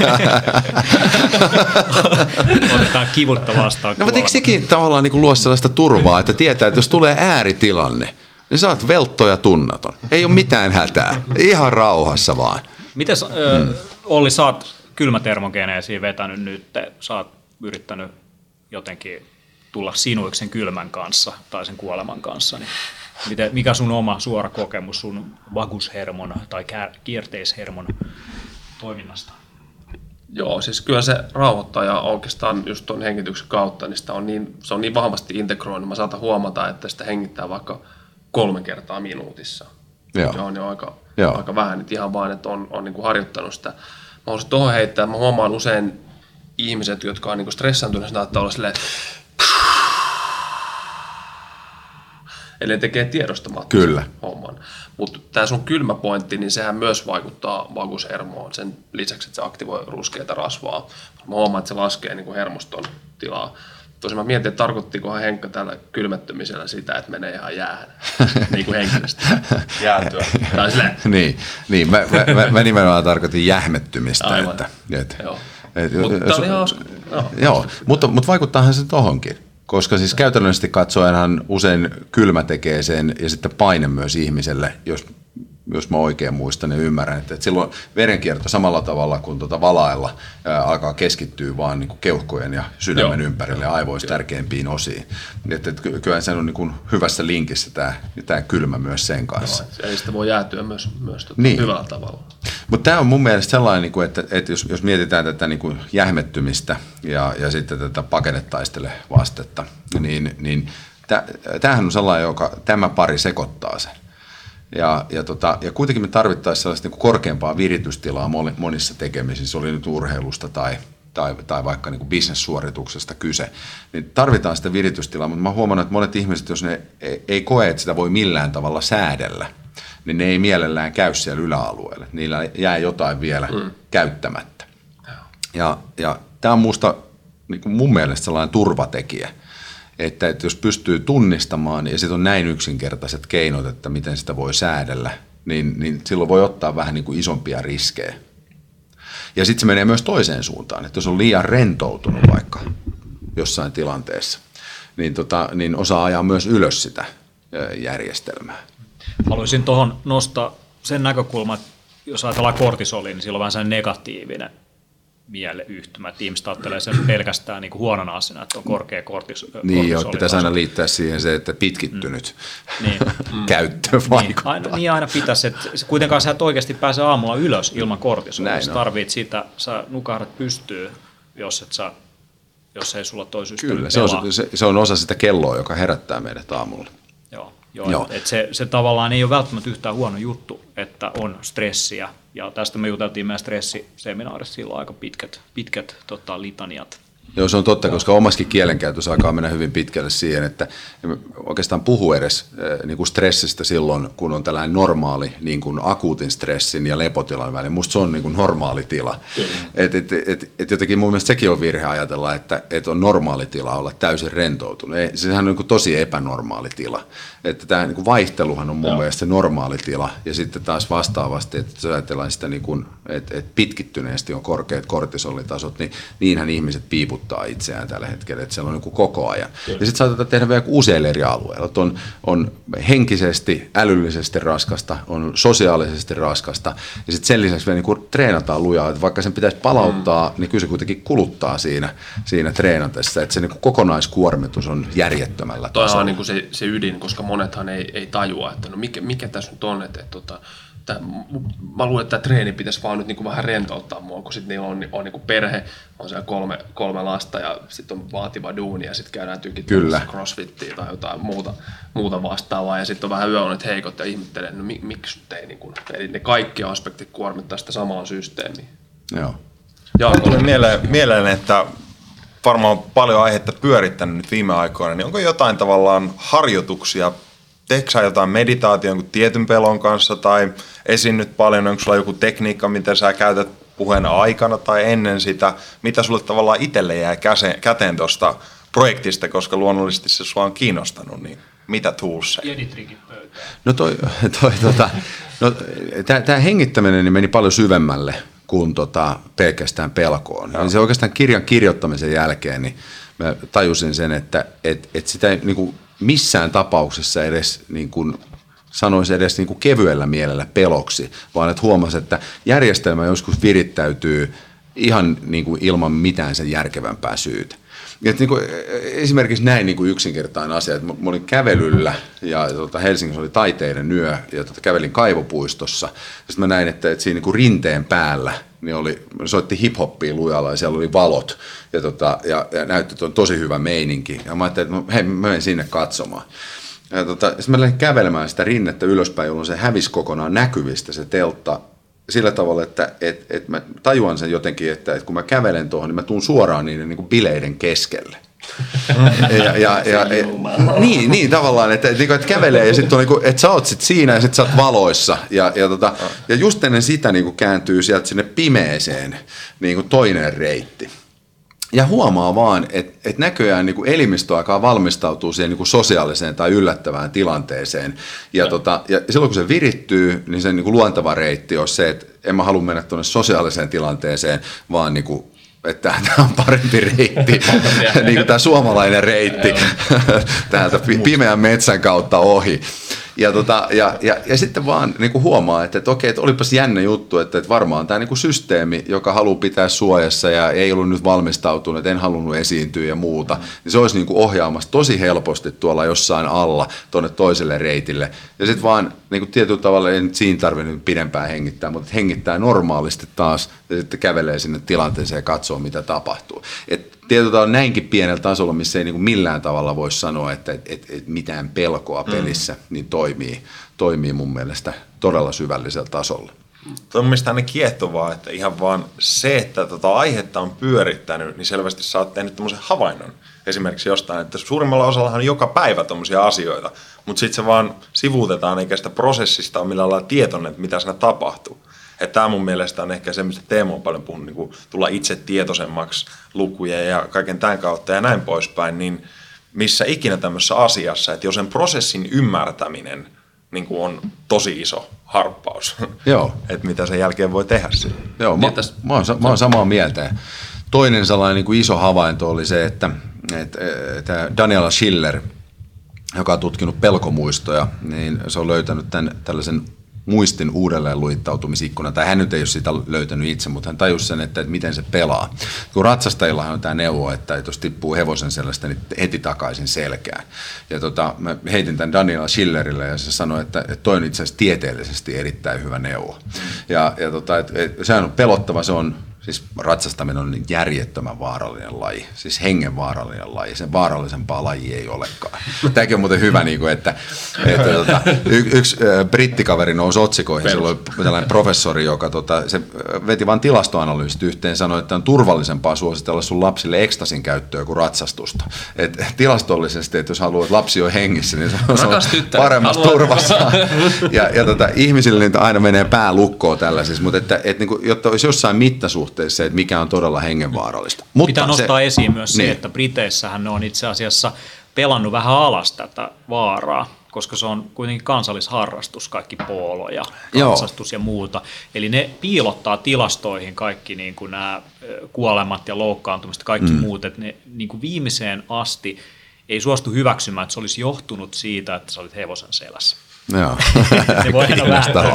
Otetaan kivutta vastaan. No, mutta eikö sekin tavallaan niin luo sellaista turvaa, että tietää, että jos tulee ääritilanne, niin sä oot veltto ja tunnaton. Ei ole mitään hätää. Ihan rauhassa vaan. Mites, Olli, sä oot kylmätermogeneesiin vetänyt nyt. Sä oot yrittänyt jotenkin tulla sinuiksi sen kylmän kanssa tai sen kuoleman kanssa, niin mikä sun oma suora kokemus sun vagushermon tai kierteishermon toiminnasta? Joo, siis kyllä se rauhoittaa ja oikeastaan just tuon hengityksen kautta, niin se on niin vahvasti integroinut. Mä saatan huomata, että sitä hengittää vaikka 3 kertaa minuutissa. Joo. Se on jo aika vähän, nyt ihan vaan, että on niin kuin harjoittanut sitä. Mä haluaisin tuohon heittää, mä huomaan usein ihmiset, jotka on niin kuin stressaantuneet, saattaa olla silleen, eli ne tekee tiedostamatta homman. Mutta tämä sun kylmä pointti, niin sehän myös vaikuttaa vagushermoon sen lisäksi, että se aktivoi ruskeita rasvaa. Mä huomaan, että se laskee niin kuin hermoston tilaa. Tosin mä mietin, että tarkoittikohan Henkka tällä kylmettymisellä sitä, että menee ihan jäähän, niin kuin henkilöstä jäätyä. Niin. Mä nimenomaan tarkoitin jähmettymistä. Aivan. Mutta tämä oli hauska. Joo, mutta vaikuttaahan se tohonkin. Koska siis käytännöllisesti katsoenhan usein kylmä tekee sen ja sitten paine myös ihmiselle, jos mä oikein muistan ja ymmärrän, että silloin verenkierto samalla tavalla kuin valailla alkaa keskittyä vaan niin kuin keuhkojen ja sydämen ympärille ja aivoista tärkeimpiin osiin. Että kyllä se on niin kuin hyvässä linkissä tämä kylmä myös sen kanssa. Eli sitä voi jäätyä myös niin. Hyvällä tavalla. Mutta tämä on mun mielestä sellainen, että jos mietitään tätä niin kuin jähmettymistä ja sitten tätä pakenetaistelevastetta, niin tämähän on sellainen, joka tämä pari sekoittaa sen. Ja kuitenkin me tarvittaisiin sellaista niin kuin korkeampaa viritystilaa monissa tekemisissä, oli nyt urheilusta tai vaikka niin kuin bisnessuorituksesta kyse, niin tarvitaan sitä viritystilaa, mutta mä huomannut, että monet ihmiset, jos ne ei koe, että sitä voi millään tavalla säädellä, niin ne ei mielellään käy siellä yläalueella. Niillä jää jotain vielä käyttämättä. Ja tämä on musta, niin kuin mun mielestä sellainen turvatekijä, että jos pystyy tunnistamaan ja sitten on näin yksinkertaiset keinot, että miten sitä voi säädellä, niin silloin voi ottaa vähän niin kuin isompia riskejä. Ja sitten se menee myös toiseen suuntaan, että jos on liian rentoutunut vaikka jossain tilanteessa, niin osaa ajaa myös ylös sitä järjestelmää. Haluaisin tuohon nostaa sen näkökulman, että jos ajatellaan kortisolia, niin sillä on vähän sellainen negatiivinen mieleyhtymä, että ihmiset ajattelee sen pelkästään niin kuin huonona asiana, että on korkea kortisoli. Niin, pitäisi aina liittää siihen se, että pitkittynyt käyttö vaikuttaa. Niin aina pitäisi, että kuitenkaan sä et oikeasti pääse aamulla ylös ilman kortisolia. Sä tarvit sitä, sä nukahdat pystyy, jos ei sulla toi systeemi Kyllä, se on osa sitä kelloa, joka herättää meidät aamulla. Joo. Että se tavallaan ei ole välttämättä yhtään huono juttu, että on stressiä. Ja tästä me juteltiin meidän stressiseminaarissa silloin aika pitkät litaniat. Joo, se on totta, koska omaskin kielenkäytössä alkaa mennä hyvin pitkälle siihen, että oikeastaan puhu edes niin kuin stressistä silloin, kun on tällainen normaali niin kuin akuutin stressin ja lepotilan välillä. Musta se on niin kuin normaali tila. Et jotenkin mun mielestä sekin on virhe ajatella, että on normaali tila olla täysin rentoutunut. Sehän on niin kuin tosi epänormaali tila. Että tämä niin kuin vaihteluhan on mun mielestä se normaali tila. Ja sitten taas vastaavasti, että jos ajatellaan sitä, niin kuin, että pitkittyneesti on korkeat kortisolitasot, niin niinhän ihmiset piiputtaa itseään tällä hetkellä, että siellä on niin kuin koko ajan. Ja sitten saatetaan tehdä vielä useilla eri alueilla. On henkisesti, älyllisesti raskasta, on sosiaalisesti raskasta, ja sitten sen lisäksi vielä niin kuin treenataan lujaa, että vaikka sen pitäisi palauttaa, niin kyllä se kuitenkin kuluttaa siinä treenatessa, että se niin kuin kokonaiskuormitus on järjettömällä tasolla. Toi on niin kuin se ydin, koska monethan ei tajua, että no mikä tässä nyt on, että mä luulen, että tämä treeni pitäisi vaan nyt niin kuin vähän rentouttaa mua, kun sitten niillä on niin kuin perhe, on siellä kolme lasta ja sitten on vaativa duuni ja sitten käydään tykittämässä crossfittiä tai jotain muuta vastaavaa ja sitten on vähän yöunet heikot ja ihmettelee, no miksi nyt ei niin kuin, eli ne kaikki aspektit kuormittaa sitä samaa systeemiä. Joo. Tuli mieleen, että varmaan on paljon aihetta pyörittänyt nyt viime aikoina, niin onko jotain tavallaan harjoituksia, teekö sä jotain meditaatio jonkun tietyn pelon kanssa tai esiinnyt paljon, onko sulla joku tekniikka, mitä sä käytät puheen aikana tai ennen sitä, mitä sulle tavallaan itselle jää käteen tuosta projektista, koska luonnollisesti se sua on kiinnostanut, niin mitä toolsia? Jeditrikit pöytään. No tämä hengittäminen niin meni paljon syvemmälle kuin pelkästään pelkoon. No. Se oikeastaan kirjan kirjoittamisen jälkeen niin mä tajusin sen, että sitä ei niin kuin missään tapauksessa edes niin kuin sanoisi edes niin kuin kevyellä mielellä peloksi, vaan että huomasi, että järjestelmä joskus virittäytyy ihan niin kuin ilman mitään sen järkevämpää syytä. Niin kuin, esimerkiksi näin niin kuin yksinkertainen asia, että mä olin kävelyllä ja Helsingissä oli taiteiden yö ja kävelin Kaivopuistossa. Sitten mä näin, että siinä niin kuin rinteen päällä niin soitti hip-hoppia lujalla ja siellä oli valot ja näytti, että on tosi hyvä meininki. Ja mä ajattelin, että hei, mä menen sinne katsomaan. Ja sitten mä lähdin kävelemään sitä rinnettä ylöspäin, jolloin se hävisi kokonaan näkyvistä se teltta. Sillä tavalla, että mä tajuan sen jotenkin, että kun mä kävelen tuohon, niin mä tuun suoraan niiden niin kuin bileiden keskelle. Niin tavallaan, että kävelee ja sitten on niin että sä oot sit siinä ja sitten sä oot valoissa. Ja just ennen sitä niin kuin kääntyy sieltä sinne pimeeseen niin kuin toinen reitti. Ja huomaa vaan, että näköjään niin kuin elimistö alkaa valmistautua siihen niin kuin sosiaaliseen tai yllättävään tilanteeseen. Ja silloin kun se virittyy, niin sen niin kuin luontava reitti on se, että en mä halua mennä tuonne sosiaaliseen tilanteeseen, vaan niin kuin, että tämä on parempi reitti, niin kuin tämä suomalainen reitti täältä pimeän metsän kautta ohi. Ja sitten vaan niin kuin huomaa, että okei, että olipas jännä juttu, että varmaan tämä niin kuin systeemi, joka haluaa pitää suojassa ja ei ollut nyt valmistautunut, että en halunnut esiintyä ja muuta, niin se olisi niin kuin ohjaamassa tosi helposti tuolla jossain alla tuonne toiselle reitille. Ja sitten vaan niin kuin tietyllä tavalla ei nyt siinä tarvitse pidempään hengittää, mutta hengittää normaalisti taas ja sitten kävelee sinne tilanteeseen ja katsoo, mitä tapahtuu. Tietyllä on näinkin pienellä tasolla, missä ei niin kuin millään tavalla voi sanoa, että mitään pelkoa pelissä niin toimii mun mielestä todella syvällisellä tasolla. Tuo on mielestäni aina kiehtovaa, että ihan vaan se, että aihetta on pyörittänyt, niin selvästi sä oot tehnyt tämmöisen havainnon esimerkiksi jostain, että suurimmalla osallahan on joka päivä tommosia asioita, mutta sitten se vaan sivuutetaan eikä sitä prosessista ole millään lailla tietoinen, että mitä siinä tapahtuu. Että tämä mun mielestä on ehkä se, mistä Teemu on paljon puhunut, niin kuin tulla itse tietoisemmaksi lukujen ja kaiken tämän kautta ja näin poispäin, niin missä ikinä tämmöisessä asiassa, että jos sen prosessin ymmärtäminen niin kuin on tosi iso harppaus, että mitä sen jälkeen voi tehdä siinä. Joo, mä oon samaa mieltä. Toinen sellainen niin kuin iso havainto oli se, että Daniela Schiller, joka on tutkinut pelkomuistoja, niin se on löytänyt tällaisen muistin uudelleen luittautumisikkunan, tai hän nyt ei ole sitä löytänyt itse, mutta hän tajusi sen, että miten se pelaa. Kun ratsastajillahan on tämä neuvo, että jos tippuu hevosen sellaista, niin heti takaisin selkään. Ja mä heitin tämän Daniela Schillerille ja se sanoi, että toi on itse asiassa tieteellisesti erittäin hyvä neuvo. Ja sehän on pelottava, siis ratsastaminen on järjettömän vaarallinen laji, siis hengenvaarallinen laji, sen vaarallisempaa laji ei olekaan. Tämäkin on muuten hyvä, että yksi brittikaveri nousi otsikoihin, silloin tällainen professori, joka se veti vain tilastoanalyysit yhteen, sanoi, että on turvallisempaa suositella sun lapsille ekstasin käyttöä kuin ratsastusta. Et tilastollisesti, että jos haluat, että lapsi on hengissä, niin se on paremmassa turvassa. Ja ihmisille niin aina menee pää lukkoon tällaisissa, mutta jotta olisi jossain mittasuhteessa se, että mikä on todella hengenvaarallista. Mutta pitää nostaa esiin myös se, että Briteissähän ne on itse asiassa pelannut vähän alas tätä vaaraa, koska se on kuitenkin kansallisharrastus, kaikki poolo ja katsastus ja muuta. Eli ne piilottaa tilastoihin kaikki niin kuin nämä kuolemat ja loukkaantumiset ja kaikki muut, että ne niin kuin viimeiseen asti ei suostu hyväksymään, että se olisi johtunut siitä, että sä olit hevosen selässä. Joo. Se voi aina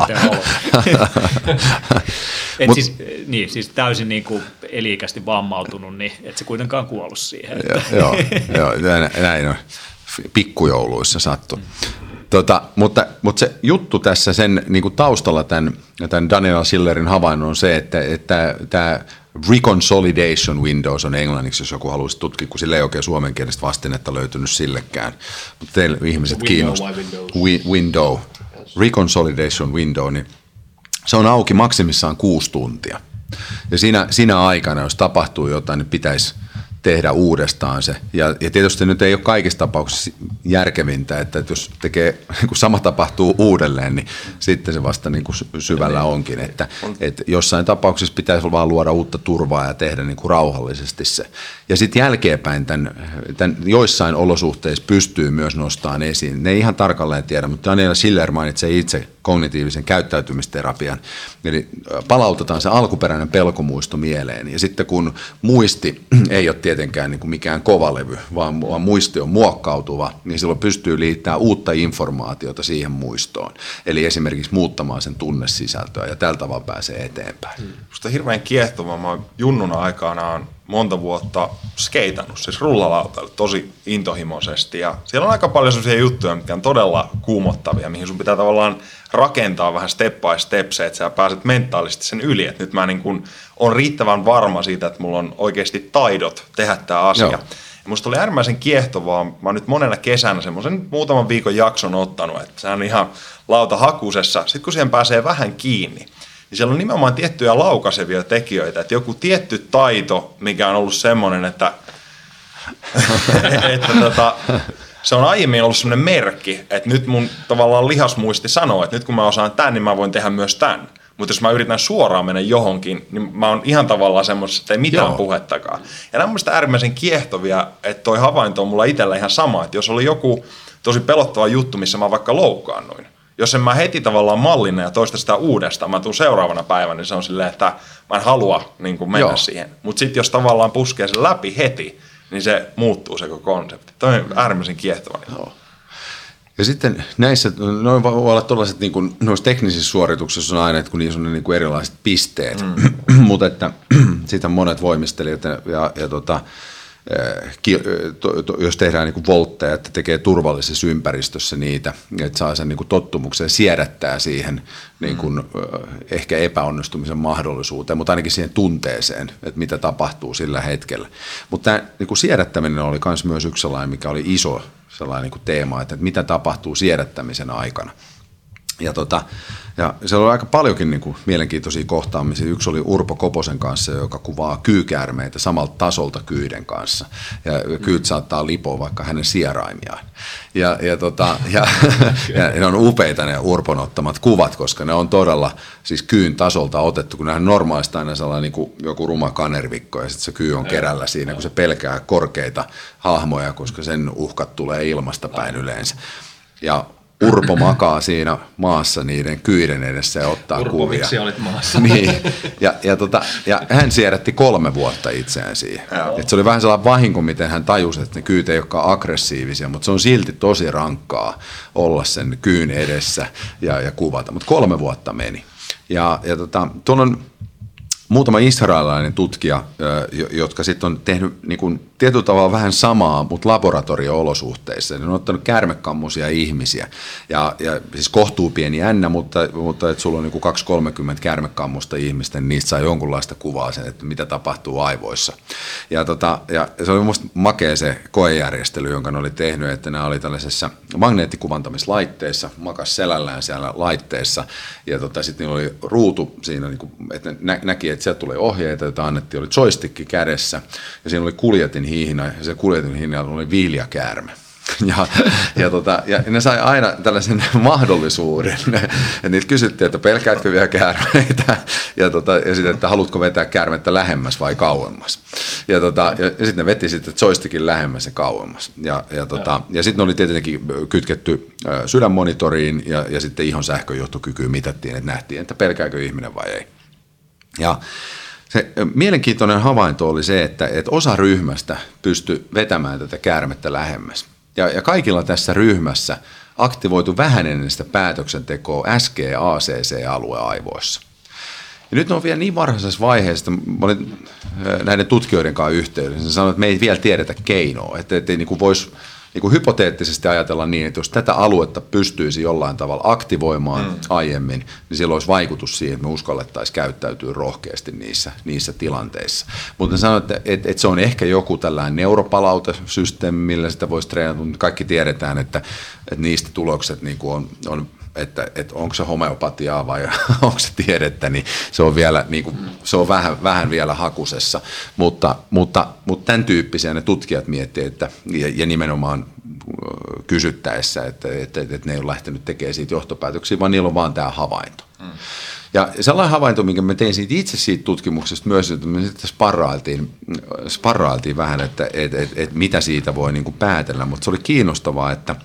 siis täysin niin kuin eli-ikäisesti vammautunut, niin et se kuitenkaan kuollut siihen. Joo, näin on. Pikkujouluissa sattuu. Mutta se juttu tässä sen niin kuin taustalla tämän Daniel Schillerin havainnon on se, että tämä reconsolidation windows on englanniksi, jos joku haluaisi tutkia, kun sille ei oikein suomenkielistä vastinetta löytynyt sillekään. Mutta teille ihmiset kiinnostaa. Window. Reconsolidation window, niin se on auki maksimissaan 6 tuntia. Ja siinä aikana, jos tapahtuu jotain, niin pitäisi tehdä uudestaan se. Ja tietysti nyt ei ole kaikissa tapauksissa järkevintä, että jos kun sama tapahtuu uudelleen, niin sitten se vasta niin kuin syvällä onkin. Että jossain tapauksessa pitäisi vaan luoda uutta turvaa ja tehdä niin kuin rauhallisesti se. Ja sitten jälkeenpäin tämän joissain olosuhteissa pystyy myös nostamaan esiin. Ne ei ihan tarkalleen tiedä, mutta Daniel Schiller mainitsee itse kognitiivisen käyttäytymisterapian. Eli palautetaan se alkuperäinen pelkomuisto mieleen. Ja sitten kun muisti ei ole tietenkään niin kuin mikään kovalevy, vaan muisti on muokkautuva, niin silloin pystyy liittämään uutta informaatiota siihen muistoon. Eli esimerkiksi muuttamaan sen tunnesisältöä ja tällä tavalla pääsee eteenpäin. Musta hirveän kiehtovaa. Mä oon junnuna aikanaan monta vuotta skeitannut, siis rullalautalla tosi intohimoisesti. Ja siellä on aika paljon sellaisia juttuja, mitkä on todella kuumottavia, mihin sun pitää tavallaan rakentaa vähän step by step se, että sä pääset mentaalisesti sen yli. Että nyt mä niin kun on riittävän varma siitä, että mulla on oikeasti taidot tehdä tämä asia. Ja musta oli äärimmäisen kiehtovaa. Mä oon nyt monena kesänä semmoisen muutaman viikon jakson ottanut, että se on ihan lautahakusessa. Sitten kun siihen pääsee vähän kiinni, niin siellä on nimenomaan tiettyjä laukaisevia tekijöitä, että joku tietty taito, mikä on ollut semmoinen, että se on aiemmin ollut semmoinen merkki, että nyt mun tavallaan lihasmuisti sanoo, että nyt kun mä osaan tämän, niin mä voin tehdä myös tämän. Mutta jos mä yritän suoraan mennä johonkin, niin mä oon ihan tavallaan semmoisessa, että ei mitään puhettakaan. Ja nämä on mielestäni äärimmäisen kiehtovia, että toi havainto on mulla itsellä ihan sama, että jos oli joku tosi pelottava juttu, missä mä vaikka loukkaannuin, jos en mä heti tavallaan mallina ja toista sitä uudestaan, mä tuun seuraavana päivänä, niin se on silleen, että mä en halua niin kuin mennä siihen. Mutta sitten jos tavallaan puskee sen läpi heti, niin se muuttuu se koko konsepti. Toi on äärimmäisen kiehtova. Ja sitten näissä, noin voi olla tuollaiset, niin kuin, noissa teknisissä suorituksissa on aina, että kun niissä on niin kuin erilaiset pisteet, mutta että siitä monet voimistelijat jos tehdään niin kuin voltteja, että tekee turvallisessa ympäristössä niitä, että saa sen niin kuin tottumuksen siedättää siihen niin kuin, ehkä epäonnistumisen mahdollisuuteen, mutta ainakin siihen tunteeseen, että mitä tapahtuu sillä hetkellä. Mutta tämä niin kuin siedättäminen oli myös yksi sellainen, mikä oli iso sellainen niin kuin teema, että mitä tapahtuu siedättämisen aikana. Ja se oli aika paljonkin niin kuin mielenkiintoisia kohtaamisia. Yksi oli Urpo Koposen kanssa, joka kuvaa kyykäärmeitä samalta tasolta kyyden kanssa. Ja kyyt saattaa lipoa vaikka hänen sieraimiaan. Ja ne on upeita ne Urpon ottamat kuvat, koska ne on todella siis kyyn tasolta otettu, kun nehän normaalisti aina sellainen niin kuin joku ruma kanervikko ja sitten se kyy on kerällä siinä, kun se pelkää korkeita hahmoja, koska sen uhkat tulee ilmasta päin yleensä. Ja Urpo makaa siinä maassa niiden kyiden edessä ja ottaa Urpo, kuvia. Miksi olit maassa? Niin. Ja hän siedätti 3 vuotta itseään siihen. Et se oli vähän sellainen vahinko, miten hän tajusi, että ne kyyt ei olekaan aggressiivisia, mutta se on silti tosi rankkaa olla sen kyyn edessä ja kuvata. Mutta 3 vuotta meni. Tuolla on muutama israelilainen tutkija, jotka sitten on tehnyt niin kuin tietyllä tavalla vähän samaa, mutta laboratorio-olosuhteissa. Ne on ottanut käärmekammuisia ihmisiä. Ja siis kohtuu pieni ännä, mutta että sulla on niin kuin 2-30 käärmekammusta ihmistä, niin niistä saa jonkunlaista kuvaa sen, että mitä tapahtuu aivoissa. Ja se oli musta makea se koejärjestely, jonka ne oli tehnyt, että nämä oli tällaisessa magneettikuvantamislaitteessa, makas selällään siellä laitteessa, ja sitten niillä oli ruutu siinä, niin kuin, että ne näki, että sieltä tulee ohjeita, joita annettiin, oli joystick kädessä, ja siinä oli kuljetinhihna, ja se kuljetinhihnalla oli viiliakäärme. Ja ne sai aina tällaisen mahdollisuuden, että niitä kysyttiin, että pelkäätkö vielä käärmeitä, ja sitten, että haluatko vetää käärmettä lähemmäs vai kauemmas. Ja sitten ne veti sitten joystickin lähemmäs ja kauemmas. Ja sitten ne oli tietenkin kytketty sydänmonitoriin, ja sitten ihon sähköjohtokykyyn mitattiin, että nähtiin, että pelkääkö ihminen vai ei. Ja se mielenkiintoinen havainto oli se, että osa ryhmästä pystyi vetämään tätä käärmettä lähemmäs. Ja kaikilla tässä ryhmässä aktivoitu vähän ennen sitä päätöksentekoa SGACC-alue aivoissa. Ja nyt on vielä niin varhaisessa vaiheessa, että mä olin näiden tutkijoiden kanssa yhteydessä, sanoin, että me ei vielä tiedetä keinoa, että ei niin kuin voisi niin kuin hypoteettisesti ajatella niin, että jos tätä aluetta pystyisi jollain tavalla aktivoimaan aiemmin, niin sillä olisi vaikutus siihen, että me uskallettaisiin käyttäytyä rohkeasti niissä tilanteissa. Mutta sanoin, että se on ehkä joku tällainen neuropalautesysteemi, millä sitä voisi treenata, mutta kaikki tiedetään, että niistä tulokset niin kuin on että onko se homeopatiaa vai onko se tiedettä, niin se on vielä niin kuin, se on vähän vielä hakusessa, mutta tämän tyyppisiä ne tutkijat miettii, että ja nimenomaan kysyttäessä, että ne ei ole lähtenyt tekemään siitä johtopäätöksiä, vaan niillä on vaan tämä havainto. Ja sellainen havainto, minkä mä tein itse siitä tutkimuksesta myös, että me sitten sparrailtiin vähän, että mitä siitä voi niin kuin päätellä, mutta se oli kiinnostavaa, että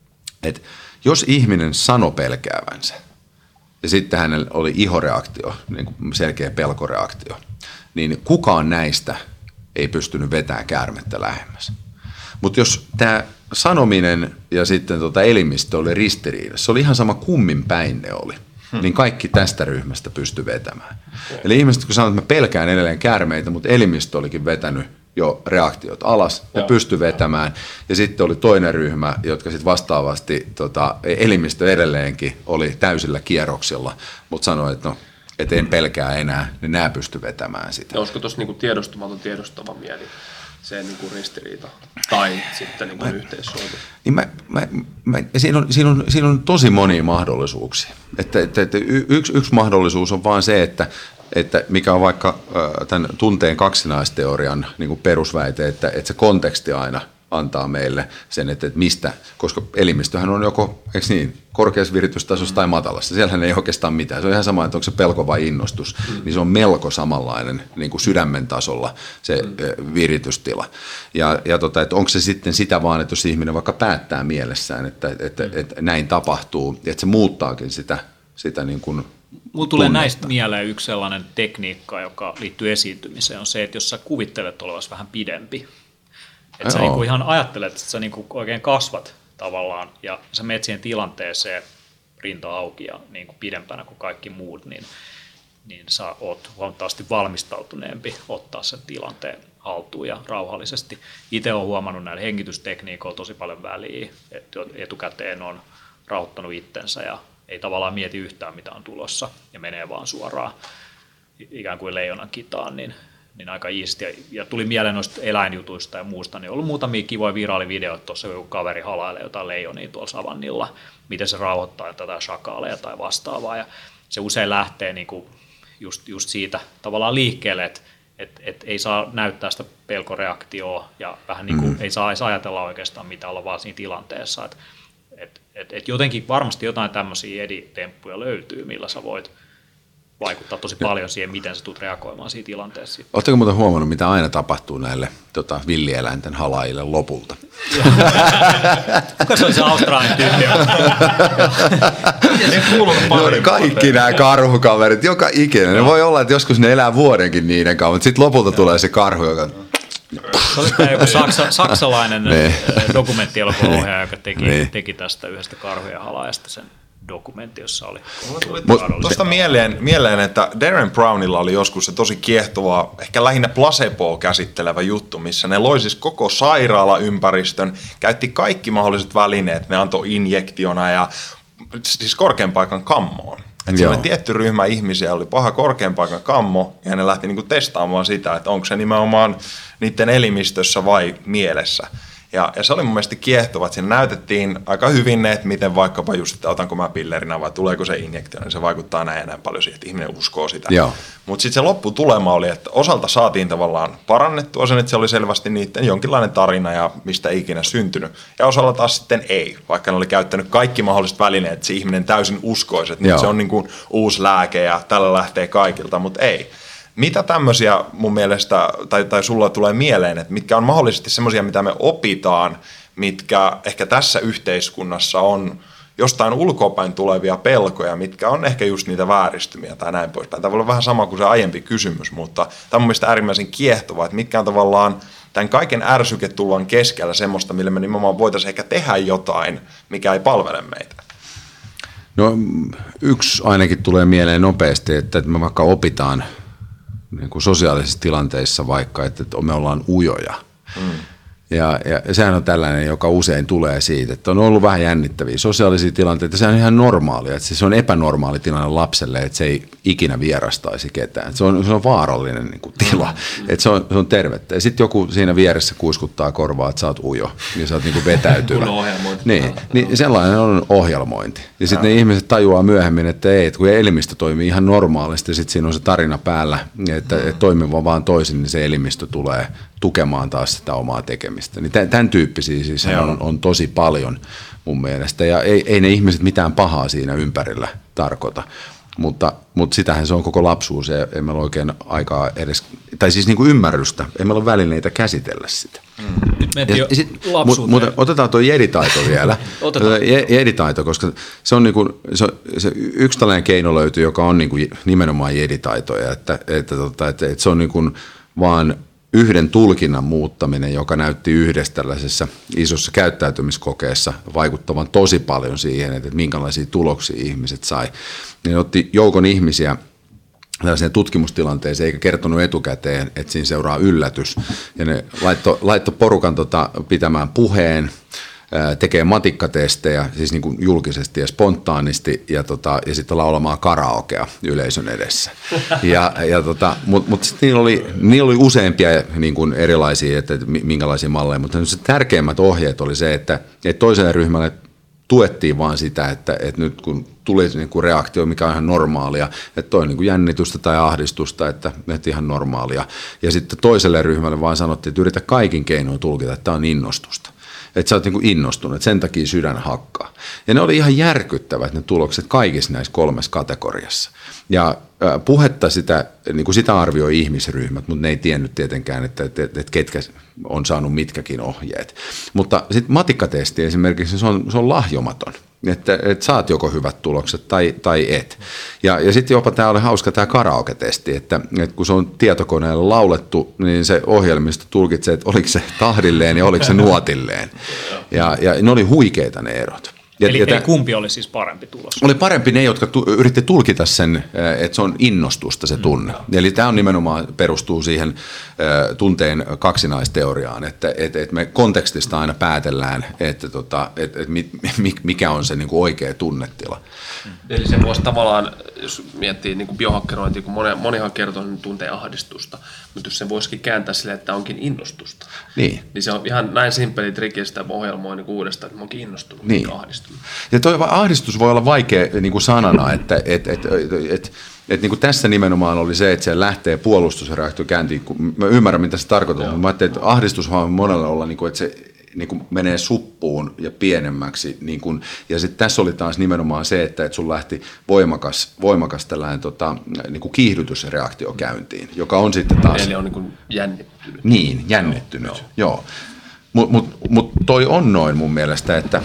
jos ihminen sanoi pelkäävänsä, ja sitten hänellä oli ihoreaktio, niin kuin selkeä pelkoreaktio, niin kukaan näistä ei pystynyt vetämään käärmettä lähemmäs. Mutta jos tämä sanominen ja sitten elimistö oli ristiriidassa, se oli ihan sama kummin päin ne oli, niin kaikki tästä ryhmästä pystyi vetämään. Eli ihmiset, kun sanoivat, että mä pelkään edelleen käärmeitä, mutta elimistö olikin vetänyt jo reaktiot alas, ne pystyi vetämään. Ja sitten oli toinen ryhmä, jotka sitten vastaavasti, elimistö edelleenkin oli täysillä kierroksilla, mutta sanoi, että no, et en pelkää enää, niin nämä pystyi vetämään sitä. Ja olisiko tuossa niinku tiedostamaton tiedostava mieli, se niinku ristiriita, tai sitten niinku yhteissuojeltu? Niin siinä on tosi monia mahdollisuuksia. Että yksi mahdollisuus on vaan se, että mikä on vaikka tämän tunteen kaksinaisteorian niin kuin perusväite, että se konteksti aina antaa meille sen, että mistä, koska elimistöhän on joko, eikö niin, korkeassa viritystasossa tai matalassa. Siellähän ei oikeastaan mitään. Se on ihan sama, että onko se pelko vai innostus, niin se on melko samanlainen niin kuin sydämen tasolla se viritystila. Ja että onko se sitten sitä vaan, että jos ihminen vaikka päättää mielessään, että näin tapahtuu, että se muuttaakin sitä niin kuin mulla tulee näistä mieleen yksi sellainen tekniikka, joka liittyy esiintymiseen, on se, että jos sä kuvittelet olevasi vähän pidempi, että sä niinku ihan ajattelet, että sä niinku oikein kasvat tavallaan, ja sä menet siihen tilanteeseen rinta auki ja niinku pidempänä kuin kaikki muut, niin sä oot huomattavasti valmistautuneempi ottaa sen tilanteen haltuun ja rauhallisesti. Itse olen huomannut näillä hengitystekniikoilla tosi paljon väliä, että etukäteen on rauhoittanut itsensä ja ei tavallaan mieti yhtään, mitä on tulossa, ja menee vaan suoraan ikään kuin leijonan kitaan, niin aika iisti. Ja tuli mieleen noista eläinjutuista ja muusta, niin on ollut muutamia kivoja viraalivideoita, tuossa joku kaveri halailee jotain leijonia tuolla savannilla, miten se rauhoittaa tätä shakaaleja tai vastaavaa, ja se usein lähtee niinku just siitä tavallaan liikkeelle, että ei saa näyttää sitä pelkoreaktioa, ja vähän niin kuin ei saa edes ajatella oikeastaan, mitä olla vaan siinä tilanteessa, että jotenkin varmasti jotain tämmöisiä editemppuja löytyy, millä sä voit vaikuttaa tosi paljon siihen, miten sä tulet reagoimaan siinä tilanteessa. Oletteko muuten huomannut, mitä aina tapahtuu näille villieläinten halaajille lopulta? Kuka se on se austraalinen tyyppi? Kaikki nämä karhukaverit, joka ikinen. Ne voi olla, että joskus ne elää vuodenkin niiden kanssa, mutta sitten lopulta tulee se karhu, joka se oli tämä joku saksalainen dokumenttielokuva-ohjaaja, joka teki tästä yhdestä karhujen halaajasta sen dokumentti, jossa oli. Tuosta mieleen, että Darren Brownilla oli joskus se tosi kiehtova, ehkä lähinnä placeboa käsittelevä juttu, missä ne loi siis koko sairaalaympäristön, käytti kaikki mahdolliset välineet, ne antoi injektiona ja siis korkean paikan kammoon. Että se oli tietty ryhmä ihmisiä, oli paha korkean paikan kammo, ja ne lähti niinku testaamaan sitä, että onko se nimenomaan niiden elimistössä vai mielessä. Ja se oli mun mielestä kiehtova, että siinä näytettiin aika hyvin ne, että miten vaikkapa just, että otanko mä pillerinä vai tuleeko se injektio, niin se vaikuttaa näin ja näin paljon siihen, että ihminen uskoo sitä. Mutta sitten se lopputulema oli, että osalta saatiin tavallaan parannettua sen, että se oli selvästi niiden jonkinlainen tarina ja mistä ei ikinä syntynyt. Ja osalla taas sitten ei, vaikka ne oli käyttänyt kaikki mahdolliset välineet, että se ihminen täysin uskoisi, että nyt se on niin kuin uusi lääke ja tällä lähtee kaikilta, mutta ei. Mitä tämmöisiä mun mielestä, tai sulla tulee mieleen, että mitkä on mahdollisesti semmoisia, mitä me opitaan, mitkä ehkä tässä yhteiskunnassa on jostain ulkopäin tulevia pelkoja, mitkä on ehkä just niitä vääristymiä tai näin poispäin. Tämä voi olla vähän sama kuin se aiempi kysymys, mutta tämä on mun mielestä äärimmäisen kiehtovaa, että mitkä on tavallaan tämän kaiken ärsyketulvan keskellä semmoista, millä me nimenomaan voitaisiin ehkä tehdä jotain, mikä ei palvele meitä. No yksi ainakin tulee mieleen nopeasti, että me vaikka opitaan niin kuin sosiaalisissa tilanteissa vaikka, että me ollaan ujoja. Ja sehän on tällainen, joka usein tulee siitä, että on ollut vähän jännittäviä sosiaalisia tilanteita. Se on ihan normaalia, että se on epänormaali tilanne lapselle, että se ei ikinä vierastaisi ketään. Se on vaarallinen niin kuin tila, että se on tervettä. Ja sitten joku siinä vieressä kuiskuttaa korvaa, että sä oot ujo ja sä oot niin kuin vetäytyvä. Niin sellainen on ohjelmointi. Ja sitten ne ihmiset tajuaa myöhemmin, että ei, että kun elimistö toimii ihan normaalisti ja sitten siinä on se tarina päällä, että toimiva vaan toisin, niin se elimistö tulee tukemaan taas sitä omaa tekemistä. Niin tämän tyyppisiä siis on tosi paljon mun mielestä. Ja ei ne ihmiset mitään pahaa siinä ympärillä tarkoita. Mutta sitähän se on koko lapsuus ja ei meillä oikein aikaa edes, tai siis niin kuin ymmärrystä, ei meillä ole välineitä käsitellä sitä. Nyt mentiin jo lapsuuteen. Mutta otetaan tuo jeditaito vielä. Jeditaito, koska se on, niin kuin, se yksi tällainen keino löytyy, joka on niin kuin nimenomaan jeditaitoja, että se on niin kuin vaan yhden tulkinnan muuttaminen, joka näytti yhdessä tällaisessa isossa käyttäytymiskokeessa vaikuttavan tosi paljon siihen, että minkälaisia tuloksia ihmiset sai. Ne otti joukon ihmisiä tällaiseen tutkimustilanteeseen eikä kertonut etukäteen, että siinä seuraa yllätys. Ja ne laittoi porukan pitämään puheen, tekee matikkatestejä, siis niin kuin julkisesti ja spontaanisti, ja sitten laulamaan karaokea yleisön edessä. Mutta sitten niillä oli useampia niin kuin erilaisia, että minkälaisia malleja, mutta se tärkeimmät ohjeet oli se, että toiselle ryhmälle tuettiin vaan sitä, että nyt kun tuli niin kuin reaktio, mikä on ihan normaalia, että toi niin kuin jännitystä tai ahdistusta, että ihan normaalia. Ja sitten toiselle ryhmälle vaan sanottiin, että yritä kaikin keinoin tulkita, että tämä on innostusta. Että sä oot niinku innostunut, että sen takia sydän hakkaa. Ja ne oli ihan järkyttävät ne tulokset kaikissa näissä 3 kategoriassa. Ja puhetta sitä arvioi ihmisryhmät, mutta ne ei tiennyt tietenkään, että ketkä on saanut mitkäkin ohjeet. Mutta sitten matikkatesti esimerkiksi, se on lahjomaton. Että saat joko hyvät tulokset tai et. Ja sitten jopa tämä oli hauska tämä karaoke-testi, että kun se on tietokoneella laulettu, niin se ohjelmisto tulkitsee, että oliko se tahdilleen ja oliko se nuotilleen. Ja ne oli huikeita ne erot. Eli kumpi oli siis parempi tulos? Oli parempi ne, jotka yritti tulkita sen, että se on innostusta se tunne. Eli tämä on nimenomaan perustuu siihen tunteen kaksinaisteoriaan, että me kontekstista aina päätellään, että mikä on se niin kuin oikea tunnetila. Eli se voisi tavallaan, jos miettii niin kuin biohakkerointia, kun monihan kertoo tunteen ahdistusta, mutta jos se voisikin kääntää silleen, että onkin innostusta, niin se on ihan näin simppeli trikki, sitä ohjelmoi niin uudestaan, että mä onkin innostunut, niin ahdistunut. Ja tuo ahdistus voi olla vaikea niin kuin sanana, että niin kuin tässä nimenomaan oli se, että se lähtee puolustusreaktio käyntiin. Mä ymmärrän, mitä se tarkoittaa, mutta mä ajattelin, että ahdistus on monella olla, niin kuin, että se niin kuin menee suppuun ja pienemmäksi. Niin kuin, ja sitten tässä oli taas nimenomaan se, että sun lähti voimakas tällainen niin kuin kiihdytysreaktio käyntiin, joka on sitten taas... Eli on niin kuin jännittynyt. Niin, jännittynyt, joo. Mutta toi on noin mun mielestä, että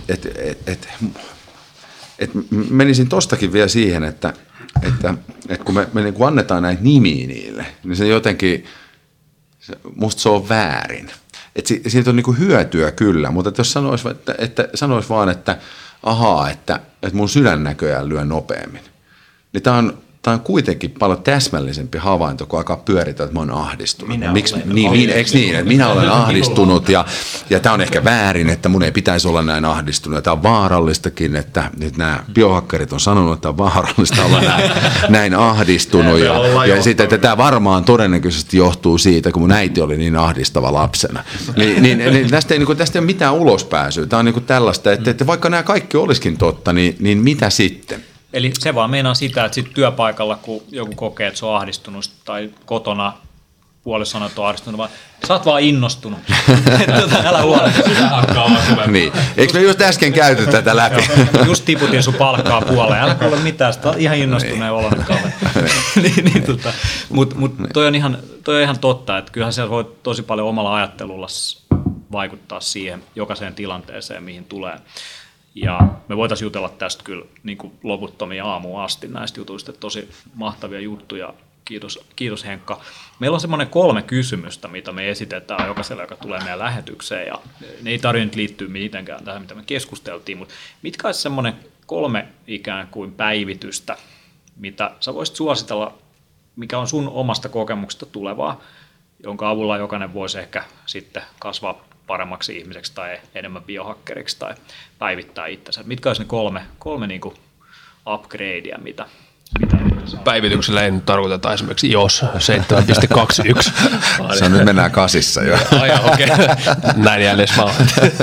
menisin tostakin vielä siihen, että kun me niin kun annetaan näitä nimiä niille, niin se jotenkin, musta se on väärin. Siitä on niin kuin hyötyä kyllä, mutta jos sanoisi vaan, että ahaa, että mun sydän näköjään lyö nopeammin. Niin tämä on kuitenkin paljon täsmällisempi havainto, kun alkaa pyöritä, että mä oon ahdistunut. Eikö niin, että minä olen ahdistunut ja tämä on ehkä väärin, että mun ei pitäisi olla näin ahdistunut. Ja tämä on vaarallistakin, että nyt nämä biohakkerit on sanonut, että on vaarallista olla näin ahdistunut. Ja sitten, että tämä varmaan todennäköisesti johtuu siitä, kun mun äiti oli niin ahdistava lapsena. Niin tästä ei ole mitään ulospääsyä. Tämä on niin kuin tällaista, että vaikka nämä kaikki olisikin totta, niin mitä sitten? Eli se vaan meinaa sitä, että sit työpaikalla, kun joku kokee, että se on ahdistunut tai kotona puoliso sanoo, että on ahdistunut, vaan sä oot vaan innostunut. Älä huoleta. Niin. Eikö me just äsken käyty tätä läpi? Just tiputin sun palkkaa puoleen. Älä kuule mitään, sä oot ihan innostuneen oloinen kaveri. Mutta toi on ihan totta, että kyllähän se voi tosi paljon omalla ajattelulla vaikuttaa siihen jokaiseen tilanteeseen, mihin tulee. Ja me voitaisiin jutella tästä kyllä niin kuin loputtomia aamuun asti näistä jutuista, tosi mahtavia juttuja. Kiitos Henkka. Meillä on semmoinen 3 kysymystä, mitä me esitetään jokaiselle, joka tulee meidän lähetykseen, ja ne ei tarvitse liittyä mitenkään tähän, mitä me keskusteltiin, mutta mitkä olisi semmoinen 3 ikään kuin päivitystä, mitä sä voisit suositella, mikä on sun omasta kokemuksesta tulevaa, jonka avulla jokainen voisi ehkä sitten kasvaa paremmaksi ihmiseksi tai enemmän biohakkeriksi tai päivittää itsensä. Mitkä olisi ne 3 niin kuin upgradea, mitä päivityksellä ei nyt tarkoiteta esimerkiksi jos 7.21. Se on nyt mennään 8 jo. Okei. Näin jälleen vaan.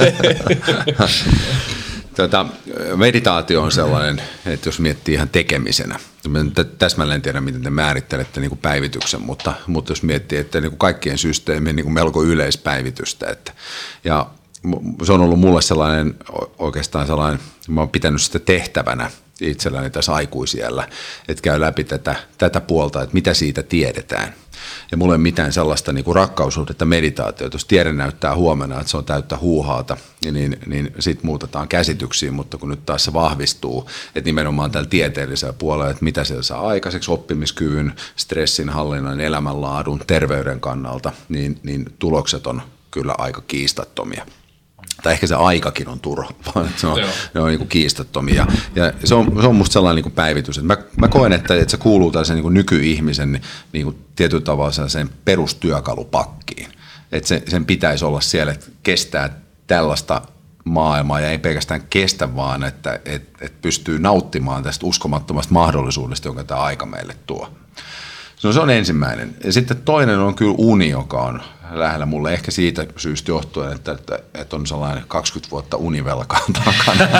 Meditaatio on sellainen, että jos miettii ihan tekemisenä, täsmälleen tiedä, miten te määrittelette niin kuin päivityksen, mutta jos miettii, että niin kuin kaikkien systeemien niin kuin melko yleispäivitystä, ja se on ollut mulle oikeastaan sellainen, mä oon pitänyt sitä tehtävänä itselläni tässä aikuisiällä, että käy läpi tätä puolta, että mitä siitä tiedetään. Ja mulla ei ole mitään sellaista niin kuin rakkaussuhdetta meditaatiota. Jos tiede näyttää huomenna, että se on täyttä huuhaata, niin sitten muutetaan käsityksiin, mutta kun nyt taas se vahvistuu, että nimenomaan tällä tieteellisellä puolella, että mitä siellä saa aikaiseksi oppimiskyvyn, stressin hallinnan, elämänlaadun, terveyden kannalta, niin tulokset on kyllä aika kiistattomia. Tai ehkä se aikakin on turha, vaan että ne on niin kuin kiistattomia. Ja se on musta sellainen niin kuin päivitys. Että mä koen, että se kuuluu tällaisen niin kuin nykyihmisen niin kuin tietyllä tavalla sellaiseen perustyökalupakkiin. Että sen pitäisi olla siellä, että kestää tällaista maailmaa ja ei pelkästään kestä, vaan että pystyy nauttimaan tästä uskomattomasta mahdollisuudesta, jonka tämä aika meille tuo. No, se on ensimmäinen. Ja sitten toinen on kyllä uni, joka on lähellä mulle ehkä siitä syystä johtuen, että on sellainen 20 vuotta univelkaa takana.